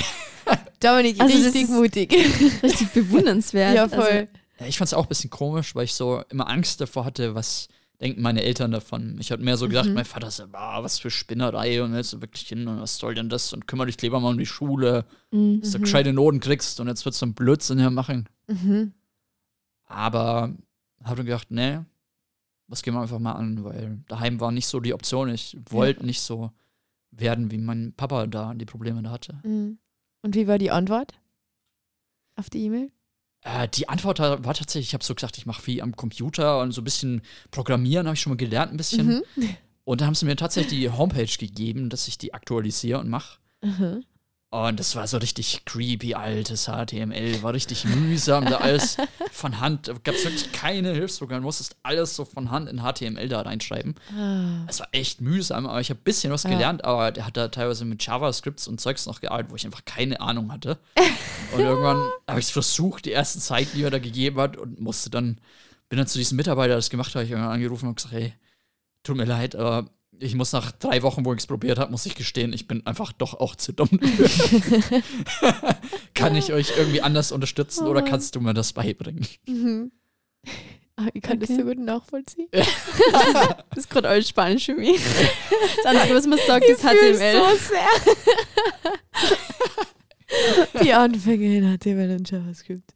Dominik, Also das richtig ist- mutig. Richtig bewundernswert. Ja, voll. Also, Ja, ich fand es auch ein bisschen komisch, weil ich so immer Angst davor hatte, was denken meine Eltern davon. Ich hatte mehr so gedacht, Mhm. mein Vater so, ah, was für Spinnerei und jetzt wirklich hin und was soll denn das und kümmere dich lieber mal um die Schule, mhm. dass du Mhm. gescheite Noten kriegst und jetzt wird so ein Blödsinn hier machen. Mhm. Aber habe dann gedacht, nee, das gehen wir einfach mal an, weil daheim war nicht so die Option. Ich wollte nicht so werden, wie mein Papa da die Probleme da hatte. Mhm. Und wie war die Antwort auf die E-Mail? Äh, die Antwort war tatsächlich, ich habe so gesagt, ich mache viel am Computer und so ein bisschen Programmieren habe ich schon mal gelernt, ein bisschen. Mhm. Und dann haben sie mir tatsächlich die Homepage gegeben, dass ich die aktualisiere und mache. Mhm. Und das war so richtig creepy, altes H T M L, war richtig mühsam, da alles von Hand, da gab es wirklich keine Hilfsprogramme, du musstest alles so von Hand in H T M L da reinschreiben. Ah. Es war echt mühsam, aber ich habe ein bisschen was Ja. gelernt, aber der hat da teilweise mit JavaScripts und Zeugs noch gearbeitet, wo ich einfach keine Ahnung hatte. Und irgendwann habe ich es versucht, die ersten Zeit, die er da gegeben hat, und musste dann, bin dann zu diesem Mitarbeiter, der das gemacht hat, ich irgendwann angerufen und gesagt, hey, tut mir leid, aber ich muss nach drei Wochen, wo ich es probiert habe, muss ich gestehen, ich bin einfach doch auch zu dumm dafür. Kann ich euch irgendwie anders unterstützen oder kannst du mir das beibringen? Mhm. Ah, ich kann das Okay. so gut nachvollziehen. Das ist gerade alles Spanisch für mich. Das Einzige, was man sagt, ist H T M L. so sehr. Die Anfänge in H T M L und JavaScript.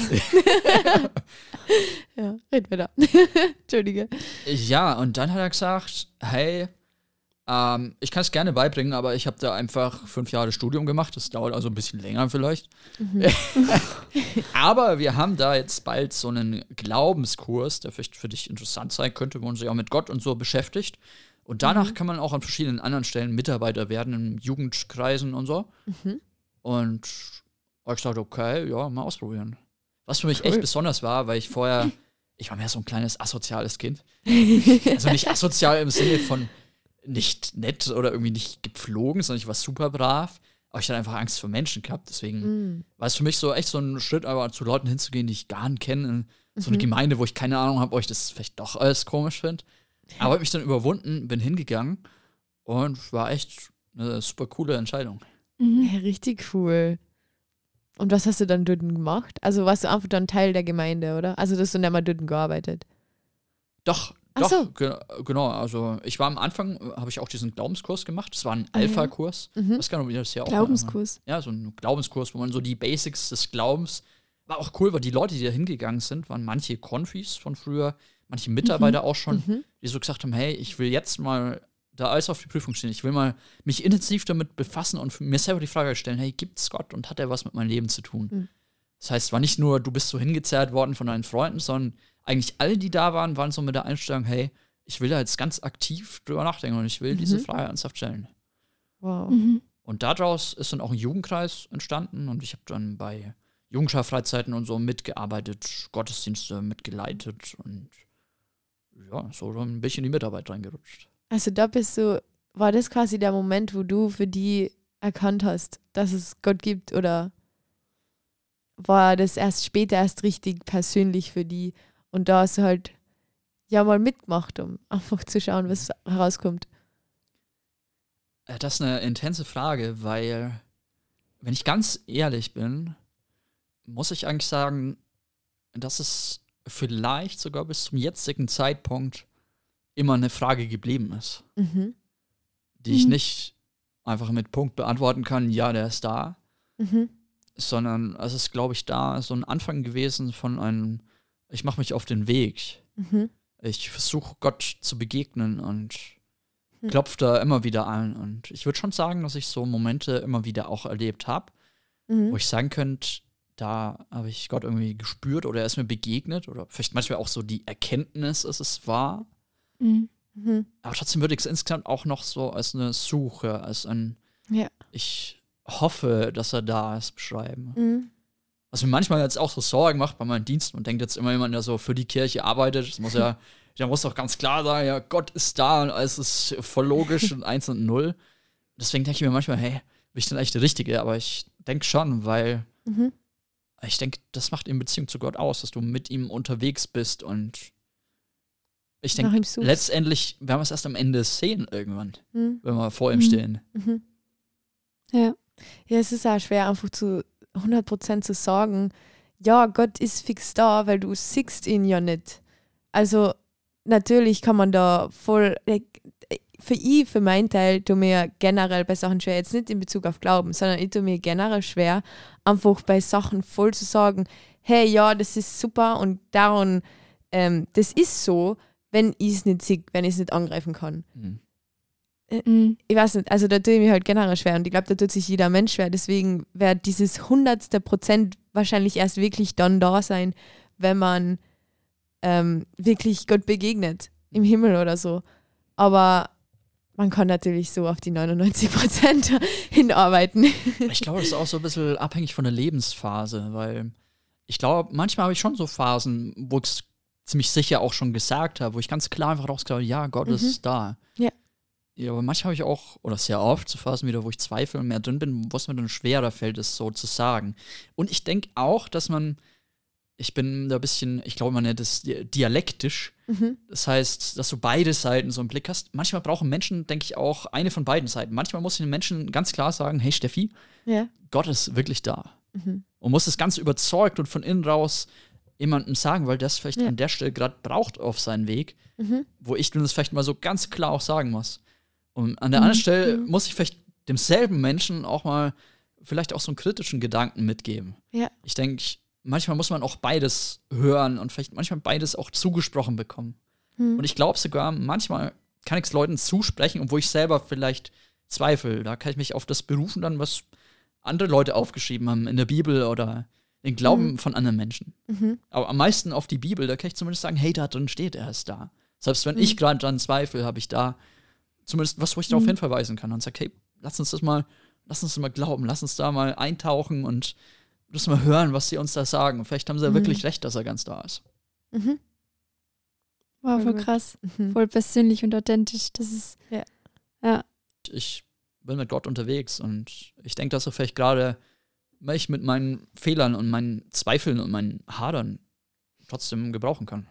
Ja, red weiter. Entschuldige. Ja, und dann hat er gesagt, hey, ähm, ich kann es gerne beibringen, aber ich habe da einfach fünf Jahre Studium gemacht. Das dauert also ein bisschen länger vielleicht. Aber wir haben da jetzt bald so einen Glaubenskurs, der vielleicht für dich interessant sein könnte, wo man sich auch mit Gott und so beschäftigt. Und danach Mhm. kann man auch an verschiedenen anderen Stellen Mitarbeiter werden, in Jugendkreisen und so. Mhm. Und ich gesagt, okay, ja, mal ausprobieren. Was für mich Cool. echt besonders war, weil ich vorher, ich war mehr so ein kleines asoziales Kind. Also nicht asozial im Sinne von nicht nett oder irgendwie nicht gepflogen, sondern ich war super brav. Aber ich hatte einfach Angst vor Menschen gehabt. Deswegen Mhm. war es für mich so echt so ein Schritt, aber zu Leuten hinzugehen, die ich gar nicht kenne. In so eine Mhm. Gemeinde, wo ich keine Ahnung habe, ob ich das vielleicht doch alles komisch finde. Aber habe mich dann überwunden, bin hingegangen und war echt eine super coole Entscheidung. Mhm. Ja, richtig cool. Und was hast du dann dort gemacht? Also warst du einfach dann Teil der Gemeinde, oder? Also dass du nicht mal dort gearbeitet. Doch, Ach doch, so. ge genau. Also ich war am Anfang, äh, habe ich auch diesen Glaubenskurs gemacht. Das war ein Ah, ja. Alpha-Kurs. Mhm. Ich weiß gar nicht, ob ihr das ja auch Glaubenskurs. Ja, so ein Glaubenskurs, wo man so die Basics des Glaubens. War auch cool, weil die Leute, die da hingegangen sind, waren manche Konfis von früher, manche Mitarbeiter auch schon, Mhm. die so gesagt haben, hey, ich will jetzt mal da alles auf die Prüfung stehen. Ich will mal mich intensiv damit befassen und mir selber die Frage stellen, hey, gibt's Gott und hat er was mit meinem Leben zu tun? Mhm. Das heißt, es war nicht nur, du bist so hingezerrt worden von deinen Freunden, sondern eigentlich alle, die da waren, waren so mit der Einstellung, hey, ich will da jetzt ganz aktiv drüber nachdenken und ich will Mhm. diese Frage ernsthaft stellen. Wow. Mhm. Und daraus ist dann auch ein Jugendkreis entstanden und ich habe dann bei Jugendschar-Freizeiten und so mitgearbeitet, Gottesdienste mitgeleitet und ja, so ein bisschen die Mitarbeit reingerutscht. Also da bist du, war das quasi der Moment, wo du für die erkannt hast, dass es Gott gibt, oder war das erst später erst richtig persönlich für die und da hast du halt ja mal mitgemacht, um einfach zu schauen, was herauskommt? Äh, Das ist eine intense Frage, weil, wenn ich ganz ehrlich bin, muss ich eigentlich sagen, dass es vielleicht sogar bis zum jetzigen Zeitpunkt immer eine Frage geblieben ist, Mhm. die ich Mhm. nicht einfach mit Punkt beantworten kann, ja, der ist da, Mhm. sondern es ist, glaube ich, da so ein Anfang gewesen von einem, ich mache mich auf den Weg, Mhm. ich versuche Gott zu begegnen und Hm. klopfe da immer wieder an. Und ich würde schon sagen, dass ich so Momente immer wieder auch erlebt habe, Mhm. wo ich sagen könnte, da habe ich Gott irgendwie gespürt oder er ist mir begegnet oder vielleicht manchmal auch so die Erkenntnis, dass es war. Mhm. Mhm. Aber trotzdem würde ich es insgesamt auch noch so als eine Suche, als ein Ja. ich hoffe, dass er da ist, beschreiben. Mhm. Was mir manchmal jetzt auch so Sorgen macht bei meinen Diensten und denkt jetzt immer jemand, der so für die Kirche arbeitet, das muss ja, der muss doch ganz klar sagen, ja, Gott ist da und alles ist voll logisch und eins und null. Deswegen denke ich mir manchmal, hey, bin ich denn eigentlich der Richtige? Aber ich denke schon, weil Mhm. ich denke, das macht in Beziehung zu Gott aus, dass du mit ihm unterwegs bist und ich Nach denke, ihm suchst. letztendlich werden wir es erst am Ende sehen irgendwann, Mhm. wenn wir vor ihm Mhm. stehen. Mhm. Ja. Ja, es ist auch schwer, einfach zu hundert Prozent zu sagen, ja, Gott ist fix da, weil du siehst ihn ja nicht. Also natürlich kann man da voll, für ich, für meinen Teil, tue mir generell bei Sachen schwer, jetzt nicht in Bezug auf Glauben, sondern ich tue mir generell schwer, einfach bei Sachen voll zu sagen, hey, ja, das ist super und darum, ähm, das ist so, wenn ich es nicht sehe, wenn ich es nicht angreifen kann. Mhm. Mhm. Ich weiß nicht, also da tue ich mir halt generell schwer und ich glaube, da tut sich jeder Mensch schwer. Deswegen wird dieses hundertste Prozent wahrscheinlich erst wirklich dann da sein, wenn man ähm, wirklich Gott begegnet, im Himmel oder so. Aber man kann natürlich so auf die neunundneunzig Prozent hinarbeiten. Ich glaube, das ist auch so ein bisschen abhängig von der Lebensphase, weil ich glaube, manchmal habe ich schon so Phasen, wo ich es ziemlich sicher auch schon gesagt habe, wo ich ganz klar einfach rausgekommen habe, ja, Gott Mhm. ist da. Ja. Ja, aber manchmal habe ich auch, oder sehr oft, so Phasen wieder, wo ich zweifle und mehr drin bin, wo es mir dann schwerer fällt, es so zu sagen. Und ich denke auch, dass man, ich bin da ein bisschen, ich glaube, man nennt es di- dialektisch. Mhm. Das heißt, dass du beide Seiten so im Blick hast. Manchmal brauchen Menschen, denke ich, auch eine von beiden Seiten. Manchmal muss ich den Menschen ganz klar sagen, hey Steffi, Ja. Gott ist wirklich da. Mhm. Und muss es ganz überzeugt und von innen raus jemandem sagen, weil das vielleicht Ja. an der Stelle gerade braucht auf seinen Weg, Mhm. wo ich nun das vielleicht mal so ganz klar auch sagen muss. Und an der Mhm. anderen Stelle Mhm. muss ich vielleicht demselben Menschen auch mal vielleicht auch so einen kritischen Gedanken mitgeben. Ja. Ich denke, manchmal muss man auch beides hören und vielleicht manchmal beides auch zugesprochen bekommen. Mhm. Und ich glaube sogar, manchmal kann ich es Leuten zusprechen, obwohl ich selber vielleicht zweifle. Da kann ich mich auf das berufen dann, was andere Leute aufgeschrieben haben in der Bibel oder den Glauben Mhm. von anderen Menschen. Mhm. Aber am meisten auf die Bibel, da kann ich zumindest sagen, hey, da drin steht, er ist da. Selbst wenn Mhm. ich gerade dran zweifle, habe ich da zumindest was, wo ich darauf Mhm. hinverweisen kann und sage, hey, lass uns das mal, lass uns das mal glauben, lass uns da mal eintauchen und lass mal hören, was sie uns da sagen. Vielleicht haben sie ja Mhm. wirklich recht, dass er ganz da ist. Mhm. Wow, Voll voll gut. krass. Mhm. Voll persönlich und authentisch. Das ist. Ja. Ja. Ich bin mit Gott unterwegs und ich denke, dass er vielleicht gerade mich mit meinen Fehlern und meinen Zweifeln und meinen Hadern trotzdem gebrauchen kann.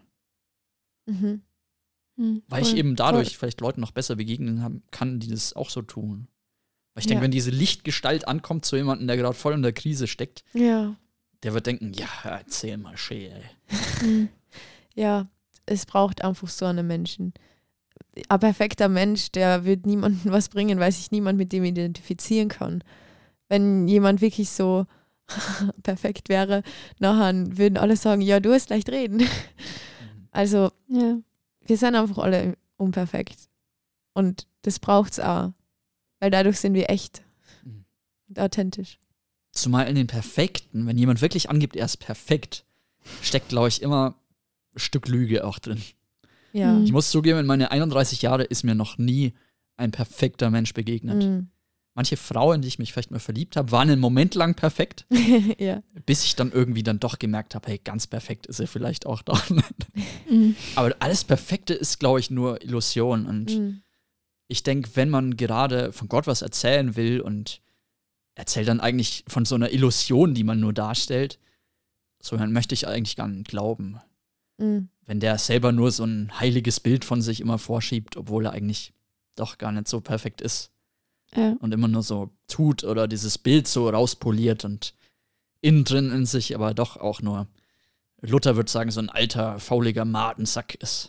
Mhm. Mhm. Weil ich Voll. eben dadurch vielleicht Leuten noch besser begegnen haben, kann, die das auch so tun. Weil ich denke, Ja. wenn diese Lichtgestalt ankommt zu jemandem, der gerade voll in der Krise steckt, Ja. der wird denken, ja, erzähl mal schön, ey. Mhm. Ja, es braucht einfach so einen Menschen. Ein perfekter Mensch, der wird niemandem was bringen, weil sich niemand mit dem identifizieren kann. Wenn jemand wirklich so perfekt wäre, nachher würden alle sagen, ja, du hast leicht reden. Also Ja. wir sind einfach alle unperfekt. Und das braucht's auch. Weil dadurch sind wir echt Mhm. und authentisch. Zumal in den Perfekten, wenn jemand wirklich angibt, er ist perfekt, steckt, glaube ich, immer ein Stück Lüge auch drin. Ja. Mhm. Ich muss zugeben, in meine einunddreißig Jahre ist mir noch nie ein perfekter Mensch begegnet. Mhm. Manche Frauen, in die ich mich vielleicht mal verliebt habe, waren einen Moment lang perfekt, ja. bis ich dann irgendwie dann doch gemerkt habe, hey, ganz perfekt ist er vielleicht auch doch nicht. Mhm. Aber alles Perfekte ist, glaube ich, nur Illusion. Und Mhm. ich denke, wenn man gerade von Gott was erzählen will und erzählt dann eigentlich von so einer Illusion, die man nur darstellt, so dann möchte ich eigentlich gar nicht glauben. Mhm. Wenn der selber nur so ein heiliges Bild von sich immer vorschiebt, obwohl er eigentlich doch gar nicht so perfekt ist. Ja. Und immer nur so tut oder dieses Bild so rauspoliert und innen drin in sich aber doch auch nur, Luther würde sagen, so ein alter, fauliger Madensack ist.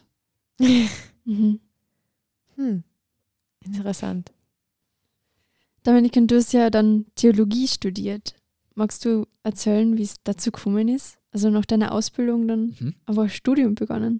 Mhm. Hm. Interessant. Dominik, und du hast ja dann Theologie studiert. Magst du erzählen, wie es dazu gekommen ist? Also nach deiner Ausbildung dann Mhm. aber ein Studium begonnen.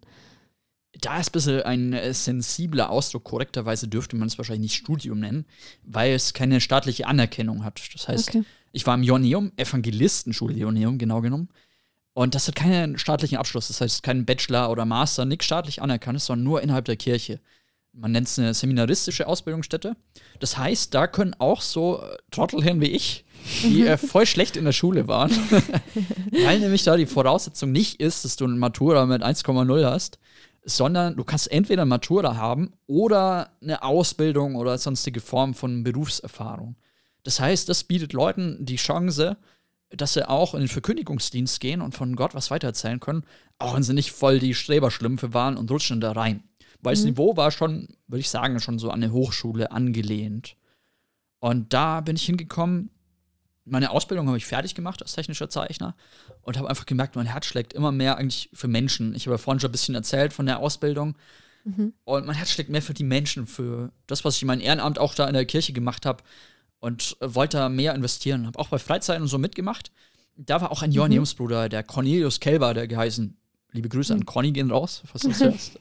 Da ist ein bisschen ein äh, sensibler Ausdruck. Korrekterweise dürfte man es wahrscheinlich nicht Studium nennen, weil es keine staatliche Anerkennung hat. Das heißt, Okay. ich war im Joanneum, Evangelistenschule Joanneum genau genommen. Und das hat keinen staatlichen Abschluss. Das heißt, keinen Bachelor oder Master, nichts staatlich anerkannt, sondern nur innerhalb der Kirche. Man nennt es eine seminaristische Ausbildungsstätte. Das heißt, da können auch so äh, Trottelhirn wie ich, die äh, voll schlecht in der Schule waren, weil nämlich da die Voraussetzung nicht ist, dass du eine Matura mit eins Komma null hast, sondern du kannst entweder eine Matura haben oder eine Ausbildung oder sonstige Form von Berufserfahrung. Das heißt, das bietet Leuten die Chance, dass sie auch in den Verkündigungsdienst gehen und von Gott was weitererzählen können, auch wenn sie nicht voll die Streberschlümpfe waren und rutschen da rein. Weil das Mhm. Niveau war schon, würde ich sagen, schon so an eine Hochschule angelehnt. Und da bin ich hingekommen. Meine Ausbildung habe ich fertig gemacht als technischer Zeichner und habe einfach gemerkt, mein Herz schlägt immer mehr eigentlich für Menschen. Ich habe ja vorhin schon ein bisschen erzählt von der Ausbildung. Mhm. Und mein Herz schlägt mehr für die Menschen, für das, was ich in meinem Ehrenamt auch da in der Kirche gemacht habe. Und äh, wollte da mehr investieren. Habe auch bei Freizeiten und so mitgemacht. Da war auch ein Johanneumsbruder, der Cornelius Kelber, der geheißen. Liebe Grüße Mhm. an Conny gehen raus, falls du das hörst.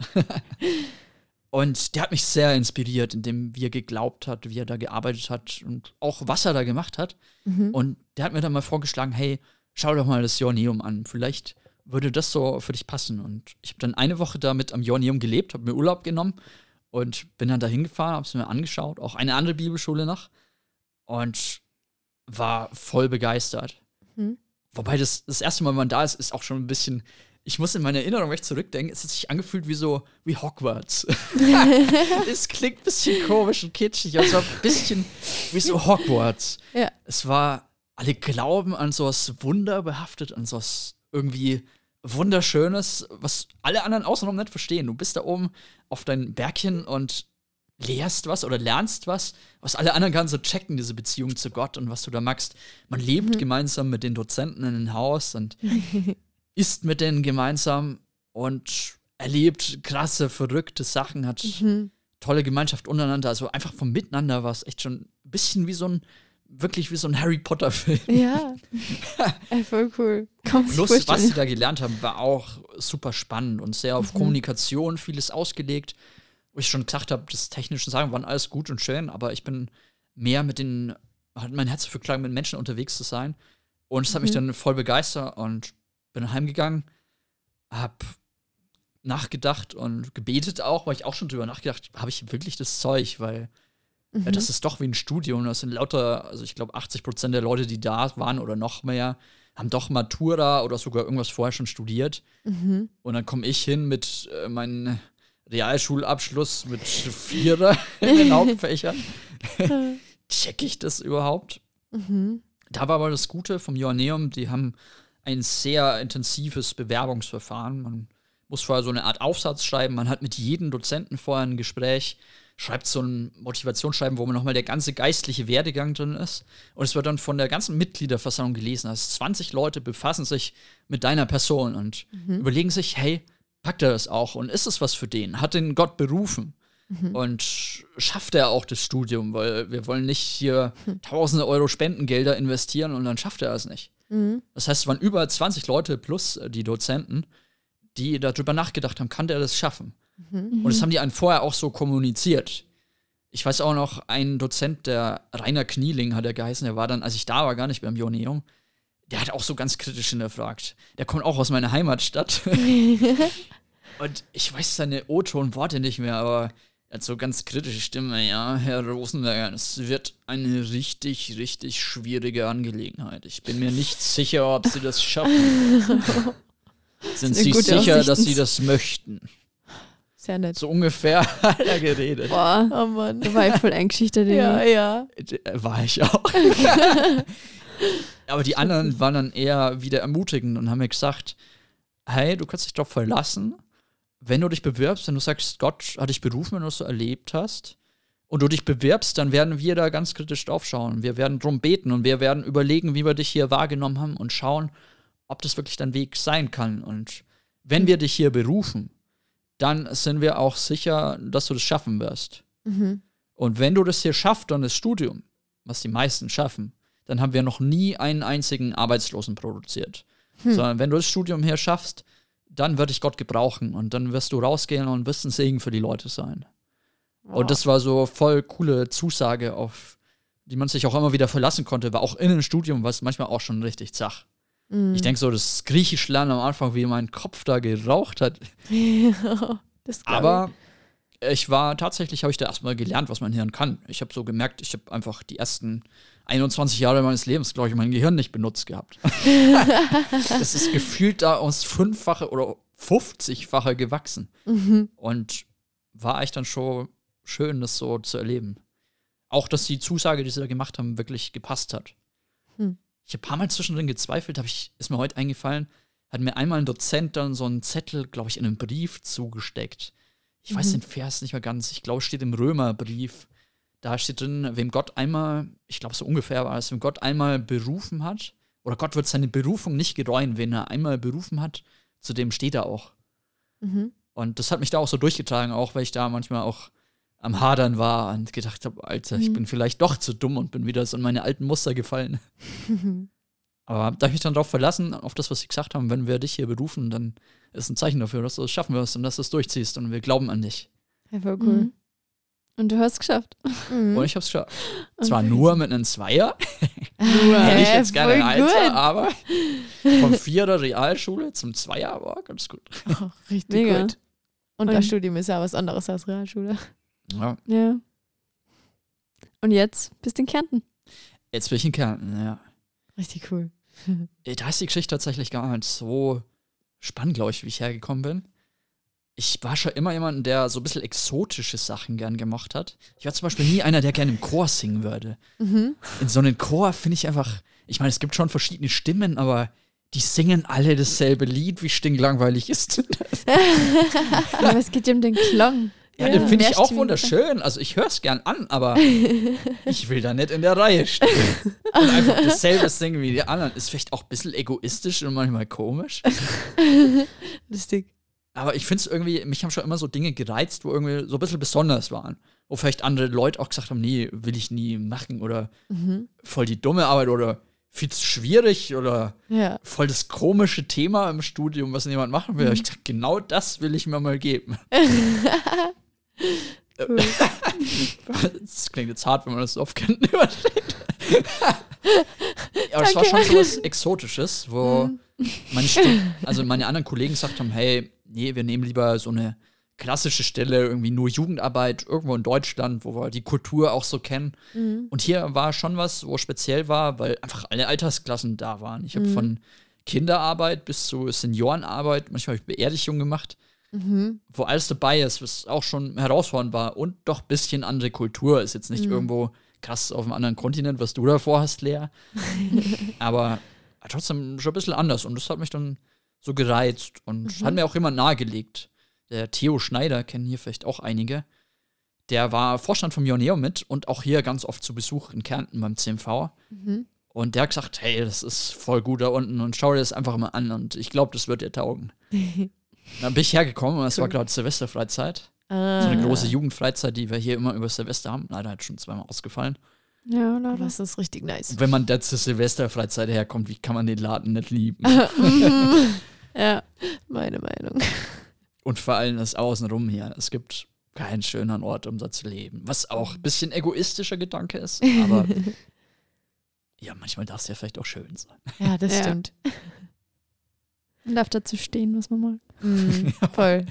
Und der hat mich sehr inspiriert, indem wie er geglaubt hat, wie er da gearbeitet hat und auch was er da gemacht hat. Mhm. Und der hat mir dann mal vorgeschlagen, hey, schau doch mal das Joanneum an. Vielleicht würde das so für dich passen. Und ich habe dann eine Woche damit am Joanneum gelebt, habe mir Urlaub genommen und bin dann da hingefahren, habe es mir angeschaut, auch eine andere Bibelschule noch. Und war voll begeistert. Mhm. Wobei das, das erste Mal, wenn man da ist, ist auch schon ein bisschen, ich muss in meiner Erinnerung, wenn ich zurückdenke, es hat sich angefühlt wie so, wie Hogwarts. Es klingt ein bisschen komisch und kitschig, aber es war ein bisschen wie so Hogwarts. Ja. Es war, alle glauben an so was Wunderbehaftet, an so was irgendwie Wunderschönes, was alle anderen außenrum nicht verstehen. Du bist da oben auf dein Bergchen und lehrst was oder lernst was, was alle anderen gar nicht so checken, diese Beziehung zu Gott und was du da magst. Man lebt Mhm. gemeinsam mit den Dozenten in einem Haus und isst mit denen gemeinsam und erlebt krasse, verrückte Sachen, hat Mhm. tolle Gemeinschaft untereinander. Also einfach vom Miteinander war es echt schon ein bisschen wie so ein, wirklich wie so ein Harry Potter-Film. Ja. Ey, voll cool. Kann man sich Plus, was vorstellen. sie da gelernt haben, war auch super spannend und sehr auf Mhm. Kommunikation vieles ausgelegt. Wo ich schon gesagt habe, das technische Sachen waren alles gut und schön, aber ich bin mehr mit den, hat mein Herz dafür geschlagen, mit Menschen unterwegs zu sein. Und es hat mich Mhm. dann voll begeistert und bin heimgegangen, hab nachgedacht und gebetet auch, weil ich auch schon drüber nachgedacht, habe ich wirklich das Zeug, weil Mhm. ja, das ist doch wie ein Studium. Das sind lauter, also ich glaube, achtzig Prozent der Leute, die da waren oder noch mehr, haben doch Matura oder sogar irgendwas vorher schon studiert. Mhm. Und dann komme ich hin mit äh, meinem Realschulabschluss mit Vierer in den Hauptfächern. Check ich das überhaupt? Mhm. Da war aber das Gute vom Joanneum, die haben ein sehr intensives Bewerbungsverfahren. Man muss vorher so eine Art Aufsatz schreiben. Man hat mit jedem Dozenten vorher ein Gespräch, schreibt so ein Motivationsschreiben, wo man nochmal der ganze geistliche Werdegang drin ist. Und es wird dann von der ganzen Mitgliederversammlung gelesen. Also zwanzig Leute befassen sich mit deiner Person und Mhm. überlegen sich, hey, packt er das auch? Und ist es was für den? Hat den Gott berufen? Mhm. Und schafft er auch das Studium? Weil wir wollen nicht hier tausende Euro Spendengelder investieren und dann schafft er es nicht. Mhm. Das heißt, es waren über zwanzig Leute plus äh, die Dozenten, die darüber nachgedacht haben, kann der das schaffen? Mhm. Und das haben die einen vorher auch so kommuniziert. ich weiß auch noch, ein Dozent, der Rainer Knieling hat er geheißen, der war dann, als ich da war, gar nicht beim Joanneum, der hat auch so ganz kritisch hinterfragt. Der kommt auch aus meiner Heimatstadt. Und ich weiß seine O-Ton-Worte nicht mehr, aber er hat so ganz kritische Stimme. Ja, Herr Rosenberger, es wird eine richtig, richtig schwierige Angelegenheit. Ich bin mir nicht sicher, ob Sie das schaffen. Sind Sie sicher, dass Sie das möchten? Sehr nett. So ungefähr hat er geredet. Boah, Oh Mann. da war ich voll eingeschüchtert. Ja, ja. War ich auch. Aber die anderen waren dann eher wieder ermutigend und haben mir gesagt, hey, du kannst dich drauf verlassen, wenn du dich bewirbst, wenn du sagst, Gott hat dich berufen, wenn du es so erlebt hast, und du dich bewirbst, dann werden wir da ganz kritisch drauf schauen. Wir werden drum beten und wir werden überlegen, wie wir dich hier wahrgenommen haben und schauen, ob das wirklich dein Weg sein kann. Und wenn wir dich hier berufen, dann sind wir auch sicher, dass du das schaffen wirst. Mhm. Und wenn du das hier schaffst, dann das Studium, was die meisten schaffen, dann haben wir noch nie einen einzigen Arbeitslosen produziert. Hm. Sondern wenn du das Studium hier schaffst, dann wird dich Gott gebrauchen und dann wirst du rausgehen und wirst ein Segen für die Leute sein. Oh. Und das war so voll coole Zusage, auf die man sich auch immer wieder verlassen konnte, war auch in einem Studium, was manchmal auch schon richtig zach. Mhm. Ich denke so, das Griechisch lernen am Anfang, wie mein Kopf da geraucht hat. Ja, das Aber ich war tatsächlich, habe ich da erstmal gelernt, was mein Hirn kann. Ich habe so gemerkt, ich habe einfach die ersten einundzwanzig Jahre meines Lebens, glaube ich, mein Gehirn nicht benutzt gehabt. Das ist gefühlt da ums Fünffache oder fünfzigfache gewachsen. Mhm. Und war echt dann schon schön, das so zu erleben. Auch, dass die Zusage, die sie da gemacht haben, wirklich gepasst hat. Hm. Ich habe ein paar Mal zwischendrin gezweifelt, hab ich, ist mir heute eingefallen, hat mir einmal ein Dozent dann so einen Zettel, glaube ich, in einen Brief zugesteckt. Ich mhm. weiß den Vers nicht mehr ganz. Ich glaube, es steht im Römerbrief. Da steht drin, wem Gott einmal, ich glaube, so ungefähr war es, wem Gott einmal berufen hat, oder Gott wird seine Berufung nicht gereuen, wen er einmal berufen hat, zu dem steht er auch. Mhm. Und das hat mich da auch so durchgetragen, auch weil ich da manchmal auch am Hadern war und gedacht habe, Alter, mhm. ich bin vielleicht doch zu dumm und bin wieder so in meine alten Muster gefallen. Mhm. Aber da habe ich mich dann darauf verlassen, auf das, was sie gesagt haben, wenn wir dich hier berufen, dann ist ein Zeichen dafür, dass du es schaffen wirst und dass du es durchziehst und wir glauben an dich. Ja, voll cool. Mhm. Und du hast es geschafft. Mhm. Und ich habe es geschafft. Und Zwar nur mit einem Zweier, Nur. hätte ich jetzt gerne Voll ein Einser, gut. aber von vierter Realschule zum Zweier war ganz gut. Oh, richtig Mega. gut. Und, Und- das Studium ist ja was anderes als Realschule. Ja, Ja. Und jetzt bist du in Kärnten. jetzt bin ich in Kärnten, ja. Richtig cool. Da ist die Geschichte tatsächlich gar nicht so spannend, glaube ich, wie ich hergekommen bin. Ich war schon immer jemand, der so ein bisschen exotische Sachen gern gemacht hat. Ich war zum Beispiel nie einer, der gerne im Chor singen würde. Mhm. In so einem Chor finde ich einfach, ich meine, es gibt schon verschiedene Stimmen, aber die singen alle dasselbe Lied. Wie stinklangweilig ist das? Aber es geht ja um den Klang. Ja, Ja. den finde ich auch Mehrstimmigen wunderschön. Also ich höre es gern an, aber ich will da nicht in der Reihe stehen. Und einfach dasselbe singen wie die anderen. Ist vielleicht auch ein bisschen egoistisch und manchmal komisch. Lustig. Aber ich finde es irgendwie, mich haben schon immer so Dinge gereizt, wo irgendwie so ein bisschen besonders waren. Wo vielleicht andere Leute auch gesagt haben, nee, will ich nie machen oder Mhm. voll die dumme Arbeit oder viel zu schwierig oder Ja. voll das komische Thema im Studium, was niemand machen will. Ich dachte, genau das will ich mir mal geben. Cool. Das klingt jetzt hart, wenn man das so oft kennt. Aber es war schon so was Exotisches, wo Mhm. meine, Stu- also meine anderen Kollegen gesagt haben, hey, nee, wir nehmen lieber so eine klassische Stelle, irgendwie nur Jugendarbeit, irgendwo in Deutschland, wo wir die Kultur auch so kennen. Mhm. Und hier war schon was, wo speziell war, weil einfach alle Altersklassen da waren. Ich habe Mhm. von Kinderarbeit bis zu Seniorenarbeit, manchmal habe ich Beerdigung gemacht, Mhm. wo alles dabei ist, was auch schon herausfordernd war und doch ein bisschen andere Kultur. Ist jetzt nicht Mhm. irgendwo krass auf einem anderen Kontinent, was du davor hast, Lea. Aber trotzdem schon ein bisschen anders. Und das hat mich dann so gereizt und Mhm. hat mir auch jemand nahegelegt. Der Theo Schneider, kennen hier vielleicht auch einige. Der war Vorstand vom Joanneum mit und auch hier ganz oft zu Besuch in Kärnten beim C M V. Mhm. Und der hat gesagt, hey, das ist voll gut da unten und schau dir das einfach mal an und ich glaube, das wird dir taugen. Dann bin ich hergekommen und es war gerade Silvesterfreizeit. Ah. So eine große Jugendfreizeit, die wir hier immer über Silvester haben. Leider hat schon zweimal ausgefallen. Ja, Aber leider. das ist richtig nice. Und wenn man da zur Silvesterfreizeit herkommt, wie kann man den Laden nicht lieben? Mhm. Ja. Meine Meinung. Und vor allem das Außenrum hier. Es gibt keinen schöneren Ort, um da zu leben. Was auch ein bisschen egoistischer Gedanke ist, aber ja, manchmal darf es ja vielleicht auch schön sein. Ja, das Ja. stimmt. Man darf dazu stehen, was man mag. Mhm, voll.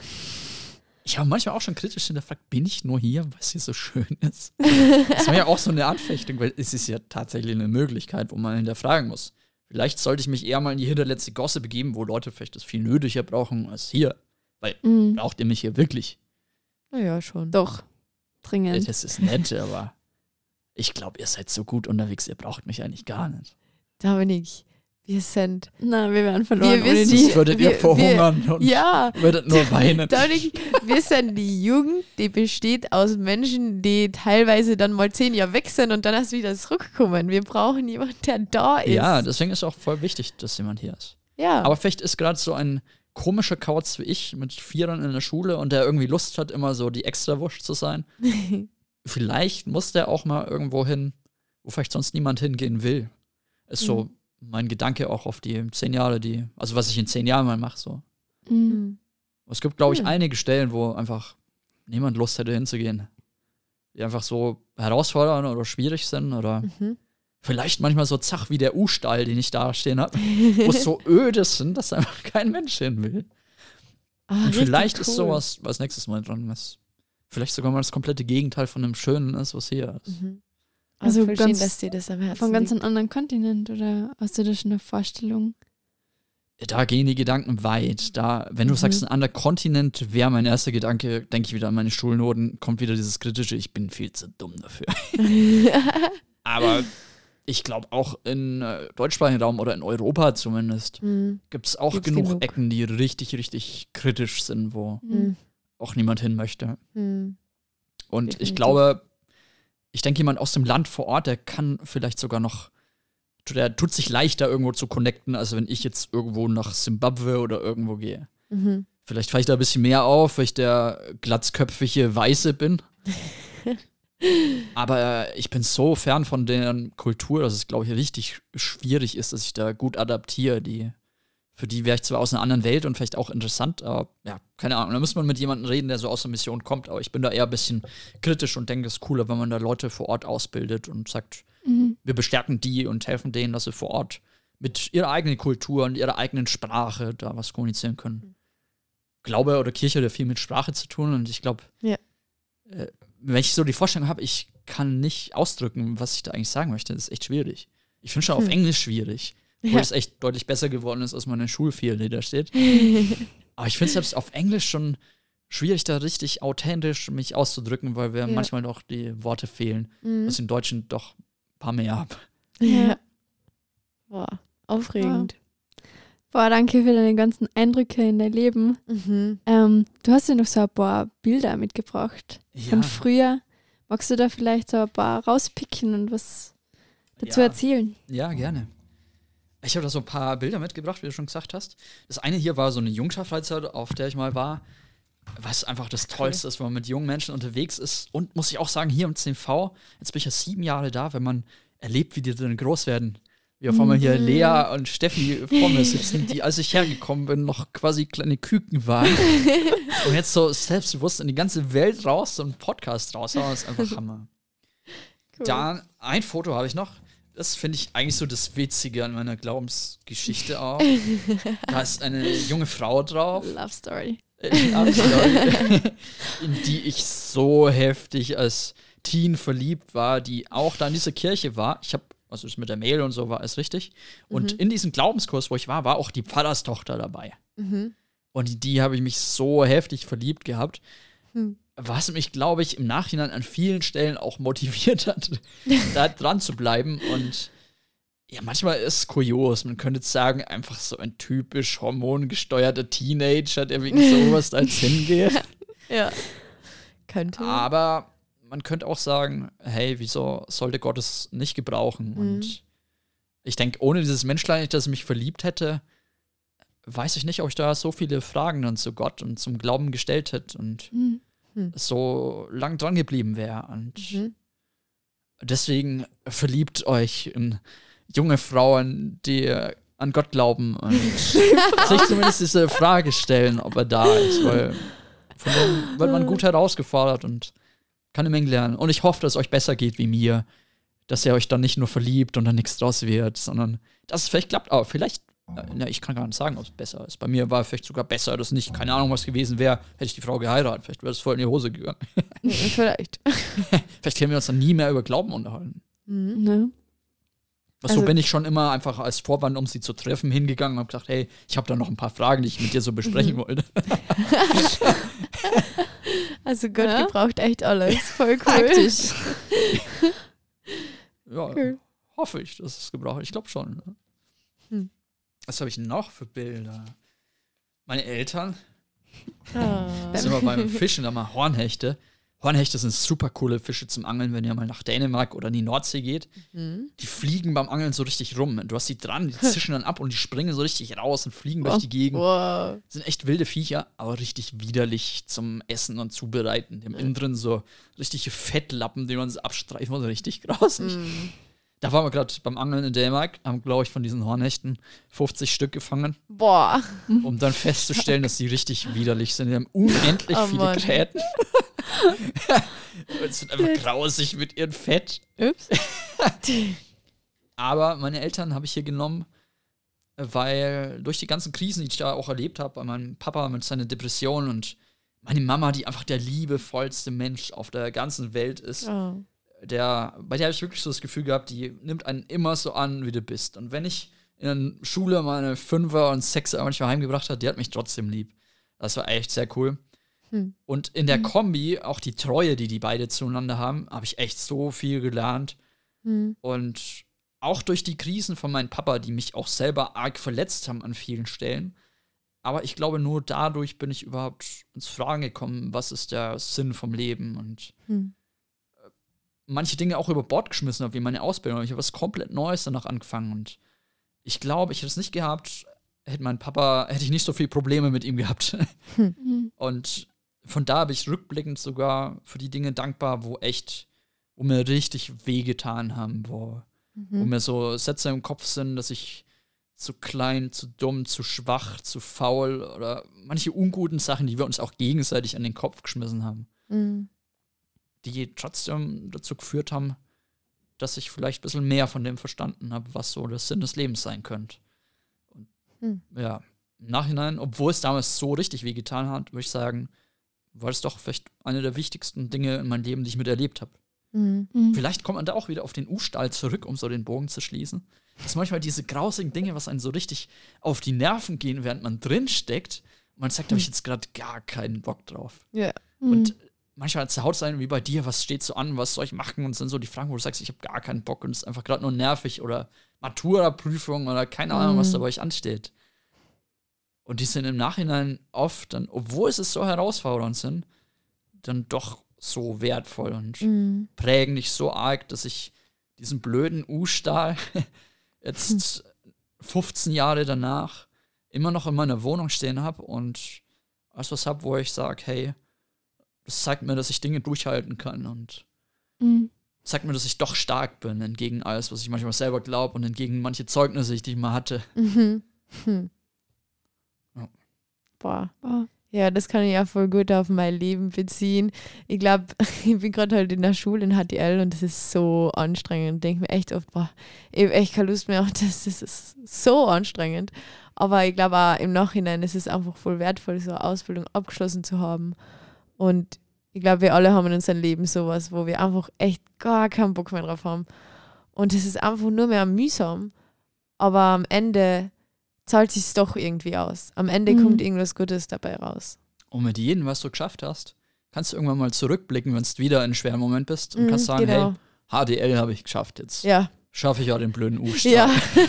Ich habe manchmal auch schon kritisch hinterfragt, bin ich nur hier, weil es hier so schön ist? Das war ja auch so eine Anfechtung, weil es ist ja tatsächlich eine Möglichkeit, wo man hinterfragen muss. Vielleicht sollte ich mich eher mal in die hinterletzte Gosse begeben, wo Leute vielleicht das viel nötiger brauchen als hier. Weil Mhm. braucht ihr mich hier wirklich? Naja, schon. Doch, dringend. Das ist nett, aber ich glaube, ihr seid so gut unterwegs, ihr braucht mich eigentlich gar nicht. Dominik, wir sind. Na, wir werden verloren Wir ohne wissen- die. Sonst würdet ihr wir- verhungern und Ja, würdet nur weinen. Dominik, wir sind die Jugend, die besteht aus Menschen, die teilweise dann mal zehn Jahre weg sind und dann erst wieder zurückkommen. Wir brauchen jemanden, der da ist. Ja, deswegen ist auch voll wichtig, dass jemand hier ist. ja. Aber vielleicht ist gerade so ein komischer Kauz wie ich mit Vierern in der Schule und der irgendwie Lust hat, immer so die Extrawurst zu sein. Vielleicht muss der auch mal irgendwo hin, wo vielleicht sonst niemand hingehen will. Ist so mein Gedanke auch auf die zehn Jahre, die, also was ich in zehn Jahren mal mache. So. Mhm. Mhm. Es gibt, glaube ich, Hm. einige Stellen, wo einfach niemand Lust hätte hinzugehen. Die einfach so herausfordernd oder schwierig sind oder Mhm. vielleicht manchmal so zach wie der U-Stall, den ich da stehen habe, wo es so öde sind, dass einfach kein Mensch hin will. Ah, Und richtig vielleicht cool. ist sowas, was nächstes Mal dran ist. Vielleicht sogar mal das komplette Gegenteil von dem Schönen ist, was hier ist. Mhm. Also Also voll schön, ganz- dass dir das am Herzen Von ganz liegt. einem anderen Kontinent oder hast du da schon eine Vorstellung? Da gehen die Gedanken weit. Da, wenn du Mhm. sagst, ein anderer Kontinent, wäre mein erster Gedanke, denke ich wieder an meine Schulnoten, kommt wieder dieses kritische, ich bin viel zu dumm dafür. Aber ich glaube auch in äh, deutschsprachigen Raum oder in Europa zumindest Mhm. gibt es auch Gibt's genug, genug. Ecken, die richtig, richtig kritisch sind, wo Mhm. auch niemand hin möchte. Mhm. Und Definitiv. ich glaube, ich denke, jemand aus dem Land vor Ort, der kann vielleicht sogar noch, der tut sich leichter irgendwo zu connecten, als wenn ich jetzt irgendwo nach Simbabwe oder irgendwo gehe. Mhm. Vielleicht falle ich da ein bisschen mehr auf, weil ich der glatzköpfige Weiße bin. Aber äh, ich bin so fern von deren Kultur, dass es, glaube ich, richtig schwierig ist, dass ich da gut adaptiere. Die, für die wäre ich zwar aus einer anderen Welt und vielleicht auch interessant, aber ja, keine Ahnung. Da muss man mit jemandem reden, der so aus der Mission kommt. Aber ich bin da eher ein bisschen kritisch und denke, es ist cooler, wenn man da Leute vor Ort ausbildet und sagt, Mhm. wir bestärken die und helfen denen, dass sie vor Ort mit ihrer eigenen Kultur und ihrer eigenen Sprache da was kommunizieren können. Glaube oder Kirche hat ja viel mit Sprache zu tun und ich glaube, Ja. äh, wenn ich so die Vorstellung habe, ich kann nicht ausdrücken, was ich da eigentlich sagen möchte, das ist echt schwierig. Ich finde schon auf Hm. Englisch schwierig, obwohl Ja. es echt deutlich besser geworden ist, als meine Schulfehl, die da steht. Aber ich finde es selbst auf Englisch schon schwierig, da richtig authentisch mich auszudrücken, weil wir Ja. manchmal doch die Worte fehlen, Mhm. was im Deutschen doch ein paar mehr habe. Ja. Boah, aufregend. Boah, danke für deine ganzen Eindrücke in dein Leben. Mhm. Ähm, du hast ja noch so ein paar Bilder mitgebracht von Ja. früher. Magst du da vielleicht so ein paar rauspicken und was dazu Ja. erzählen? Ja, gerne. Ich habe da so ein paar Bilder mitgebracht, wie du schon gesagt hast. Das eine hier war so eine Jungschar-Freizeit, auf der ich mal war, was einfach das Tollste ist, wenn man mit jungen Menschen unterwegs ist. Und muss ich auch sagen, hier im C V, jetzt bin ich ja sieben Jahre da, wenn man erlebt, wie die dann groß werden. Wie auf einmal hier Mhm. Lea und Steffi vor mir sitzen, die, als ich hergekommen bin, noch quasi kleine Küken waren. Und jetzt so selbstbewusst in die ganze Welt raus, so einen Podcast raus. Das ist einfach Hammer. Cool. Dann ein Foto habe ich noch. Das finde ich eigentlich so das Witzige an meiner Glaubensgeschichte auch. Da ist eine junge Frau drauf, Love Story. äh, absolut, in die ich so heftig als Teen verliebt war, die auch da in dieser Kirche war. Ich habe, also das mit der Mail und so war es richtig. Und Mhm. in diesem Glaubenskurs, wo ich war, war auch die Pfarrerstochter dabei. Mhm. Und in die habe ich mich so heftig verliebt gehabt. Hm. Was mich, glaube ich, im Nachhinein an vielen Stellen auch motiviert hat, da dran zu bleiben. Und ja, manchmal ist es kurios. Man könnte jetzt sagen, einfach so ein typisch hormongesteuerter Teenager, der wegen sowas da jetzt hingeht. Ja. Könnte. Aber man könnte auch sagen, hey, wieso sollte Gott es nicht gebrauchen? Mhm. Und ich denke, ohne dieses Menschlein, das mich verliebt hätte, weiß ich nicht, ob ich da so viele Fragen dann zu Gott und zum Glauben gestellt hätte und Mhm. so lang dran geblieben wäre. Und Mhm. deswegen verliebt euch in junge Frauen, die an Gott glauben und sich zumindest diese Frage stellen, ob er da ist. Weil Von dem wird man gut herausgefordert und kann eine Menge lernen. Und ich hoffe, dass es euch besser geht wie mir, dass ihr euch dann nicht nur verliebt und dann nichts draus wird, sondern dass es vielleicht klappt. Aber vielleicht, na, ich kann gar nicht sagen, ob es besser ist. Bei mir war es vielleicht sogar besser, dass nicht, keine Ahnung, was gewesen wäre, hätte ich die Frau geheiratet. Vielleicht wäre es voll in die Hose gegangen. Vielleicht. Vielleicht können wir uns dann nie mehr über Glauben unterhalten. Mhm. Ne? Also, Also- so bin ich schon immer einfach als Vorwand, um sie zu treffen, hingegangen und habe gesagt, hey, ich habe da noch ein paar Fragen, die ich mit dir so besprechen wollte. Also Gott Ja. gebraucht echt alles. Voll cool. Praktisch. Ja, Cool. hoffe ich, dass es gebraucht. Ich glaube schon. Ne? Hm. Was habe ich noch für Bilder? Meine Eltern, Ah. sind wir beim Fischen, da mal Hornhechte. Hornhechte sind super coole Fische zum Angeln, wenn ihr mal nach Dänemark oder in die Nordsee geht. Mhm. Die fliegen beim Angeln so richtig rum. Du hast die dran, die zischen dann ab und die springen so richtig raus und fliegen durch die Gegend. Wow. Sind echt wilde Viecher, aber richtig widerlich zum Essen und Zubereiten. Die haben innen drin so richtige Fettlappen, die man so abstreifen muss, richtig grausig. Mhm. Da waren wir gerade beim Angeln in Dänemark, haben, glaube ich, von diesen Hornhechten fünfzig Stück gefangen, Boah. um dann festzustellen, dass die richtig widerlich sind. Die haben unendlich Oh viele Mann. Gräten. Und sind einfach grausig mit ihrem Fett. Ups. Aber meine Eltern habe ich hier genommen, weil durch die ganzen Krisen, die ich da auch erlebt habe, bei meinem Papa mit seiner Depression und meine Mama, die einfach der liebevollste Mensch auf der ganzen Welt ist, Oh. der, bei der habe ich wirklich so das Gefühl gehabt, die nimmt einen immer so an, wie du bist. Und wenn ich in der Schule meine Fünfer und Sechser manchmal heimgebracht habe, die hat mich trotzdem lieb. Das war echt sehr cool. Hm. Und in der Kombi, auch die Treue, die die beide zueinander haben, habe ich echt so viel gelernt. Hm. Und auch durch die Krisen von meinem Papa, die mich auch selber arg verletzt haben an vielen Stellen. Aber ich glaube, nur dadurch bin ich überhaupt ins Fragen gekommen, was ist der Sinn vom Leben und Hm. manche Dinge auch über Bord geschmissen habe, wie meine Ausbildung. Ich habe was komplett Neues danach angefangen und ich glaube, ich hätte es nicht gehabt, hätte mein Papa, hätte ich nicht so viele Probleme mit ihm gehabt. Mhm. Und von da bin ich rückblickend sogar für die Dinge dankbar, wo echt, wo mir richtig wehgetan haben, wo, wo Mhm. mir so Sätze im Kopf sind, dass ich zu klein, zu dumm, zu schwach, zu faul oder manche unguten Sachen, die wir uns auch gegenseitig an den Kopf geschmissen haben, Mhm. die trotzdem dazu geführt haben, dass ich vielleicht ein bisschen mehr von dem verstanden habe, was so der Sinn des Lebens sein könnte. Und Hm. ja, im Nachhinein, obwohl es damals so richtig wehgetan hat, würde ich sagen, war es doch vielleicht eine der wichtigsten Dinge in meinem Leben, die ich miterlebt habe. Mhm. Mhm. Vielleicht kommt man da auch wieder auf den U-Stahl zurück, um so den Bogen zu schließen. Dass manchmal diese grausigen Dinge, was einen so richtig auf die Nerven gehen, während man drin steckt, und man sagt, da habe ich jetzt gerade gar keinen Bock drauf. Ja. Mhm. Und manchmal zu Hause sein wie bei dir, was steht so an, was soll ich machen? Und es sind so die Fragen, wo du sagst, ich habe gar keinen Bock und es ist einfach gerade nur nervig oder Matura-Prüfung oder keine Ahnung, was da bei euch ansteht. Und die sind im Nachhinein oft dann, obwohl es so herausfordernd sind, dann doch so wertvoll und Mhm. prägen dich so arg, dass ich diesen blöden U-Stahl jetzt fünfzehn Jahre danach immer noch in meiner Wohnung stehen habe und als was habe, wo ich sage, hey, das zeigt mir, dass ich Dinge durchhalten kann und Mhm. zeigt mir, dass ich doch stark bin, entgegen alles, was ich manchmal selber glaube und entgegen manche Zeugnisse, die ich mal hatte. Mhm. Hm. Ja. Boah. Boah. Ja, das kann ich ja voll gut auf mein Leben beziehen. Ich glaube, ich bin gerade halt in der Schule in H T L und das ist so anstrengend. Denke mir echt oft, boah, ich habe echt keine Lust mehr auf das. Das ist so anstrengend. Aber ich glaube auch im Nachhinein ist es einfach voll wertvoll, so eine Ausbildung abgeschlossen zu haben. Und ich glaube, wir alle haben in unserem Leben sowas, wo wir einfach echt gar keinen Bock mehr drauf haben. Und es ist einfach nur mehr mühsam. Aber am Ende zahlt sich es doch irgendwie aus. Am Ende Mhm. kommt irgendwas Gutes dabei raus. Und mit jedem, was du geschafft hast, kannst du irgendwann mal zurückblicken, wenn du wieder in einem schweren Moment bist und Mhm, kannst sagen, genau. hey, H D L habe ich geschafft jetzt. Ja, Schaffe ich ja den blöden U-Stahl. ja.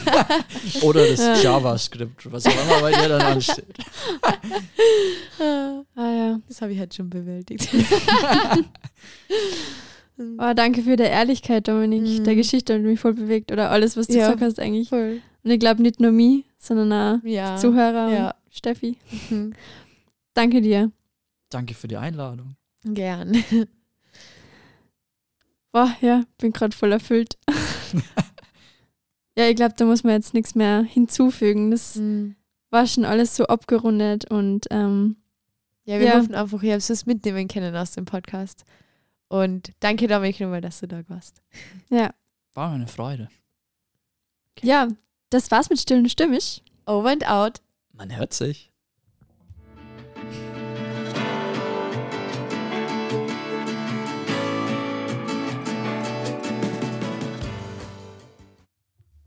Oder das Ja. JavaScript, was auch immer bei dir dann ansteht. Ah ja. Das habe ich halt schon bewältigt. Oh, danke für die Ehrlichkeit, Dominik. Mhm. Der Geschichte hat mich voll bewegt. Oder alles, was du Ja. gesagt hast eigentlich. Voll. Und ich glaube nicht nur mich, sondern auch Ja. Zuhörer Ja. und Steffi. Mhm. Danke dir. Danke für die Einladung. Gern. Boah, ja, bin gerade voll erfüllt. Ja, ich glaube, da muss man jetzt nichts mehr hinzufügen. Das Mhm. war schon alles so abgerundet und ähm, Ja, wir Ja. hoffen einfach, ihr habt es mitnehmen können aus dem Podcast. Und danke, Dominik, nochmal, dass du da warst. Ja. War mir eine Freude. Ja, das war's mit Still und Stimmig. Over and out. Man hört sich.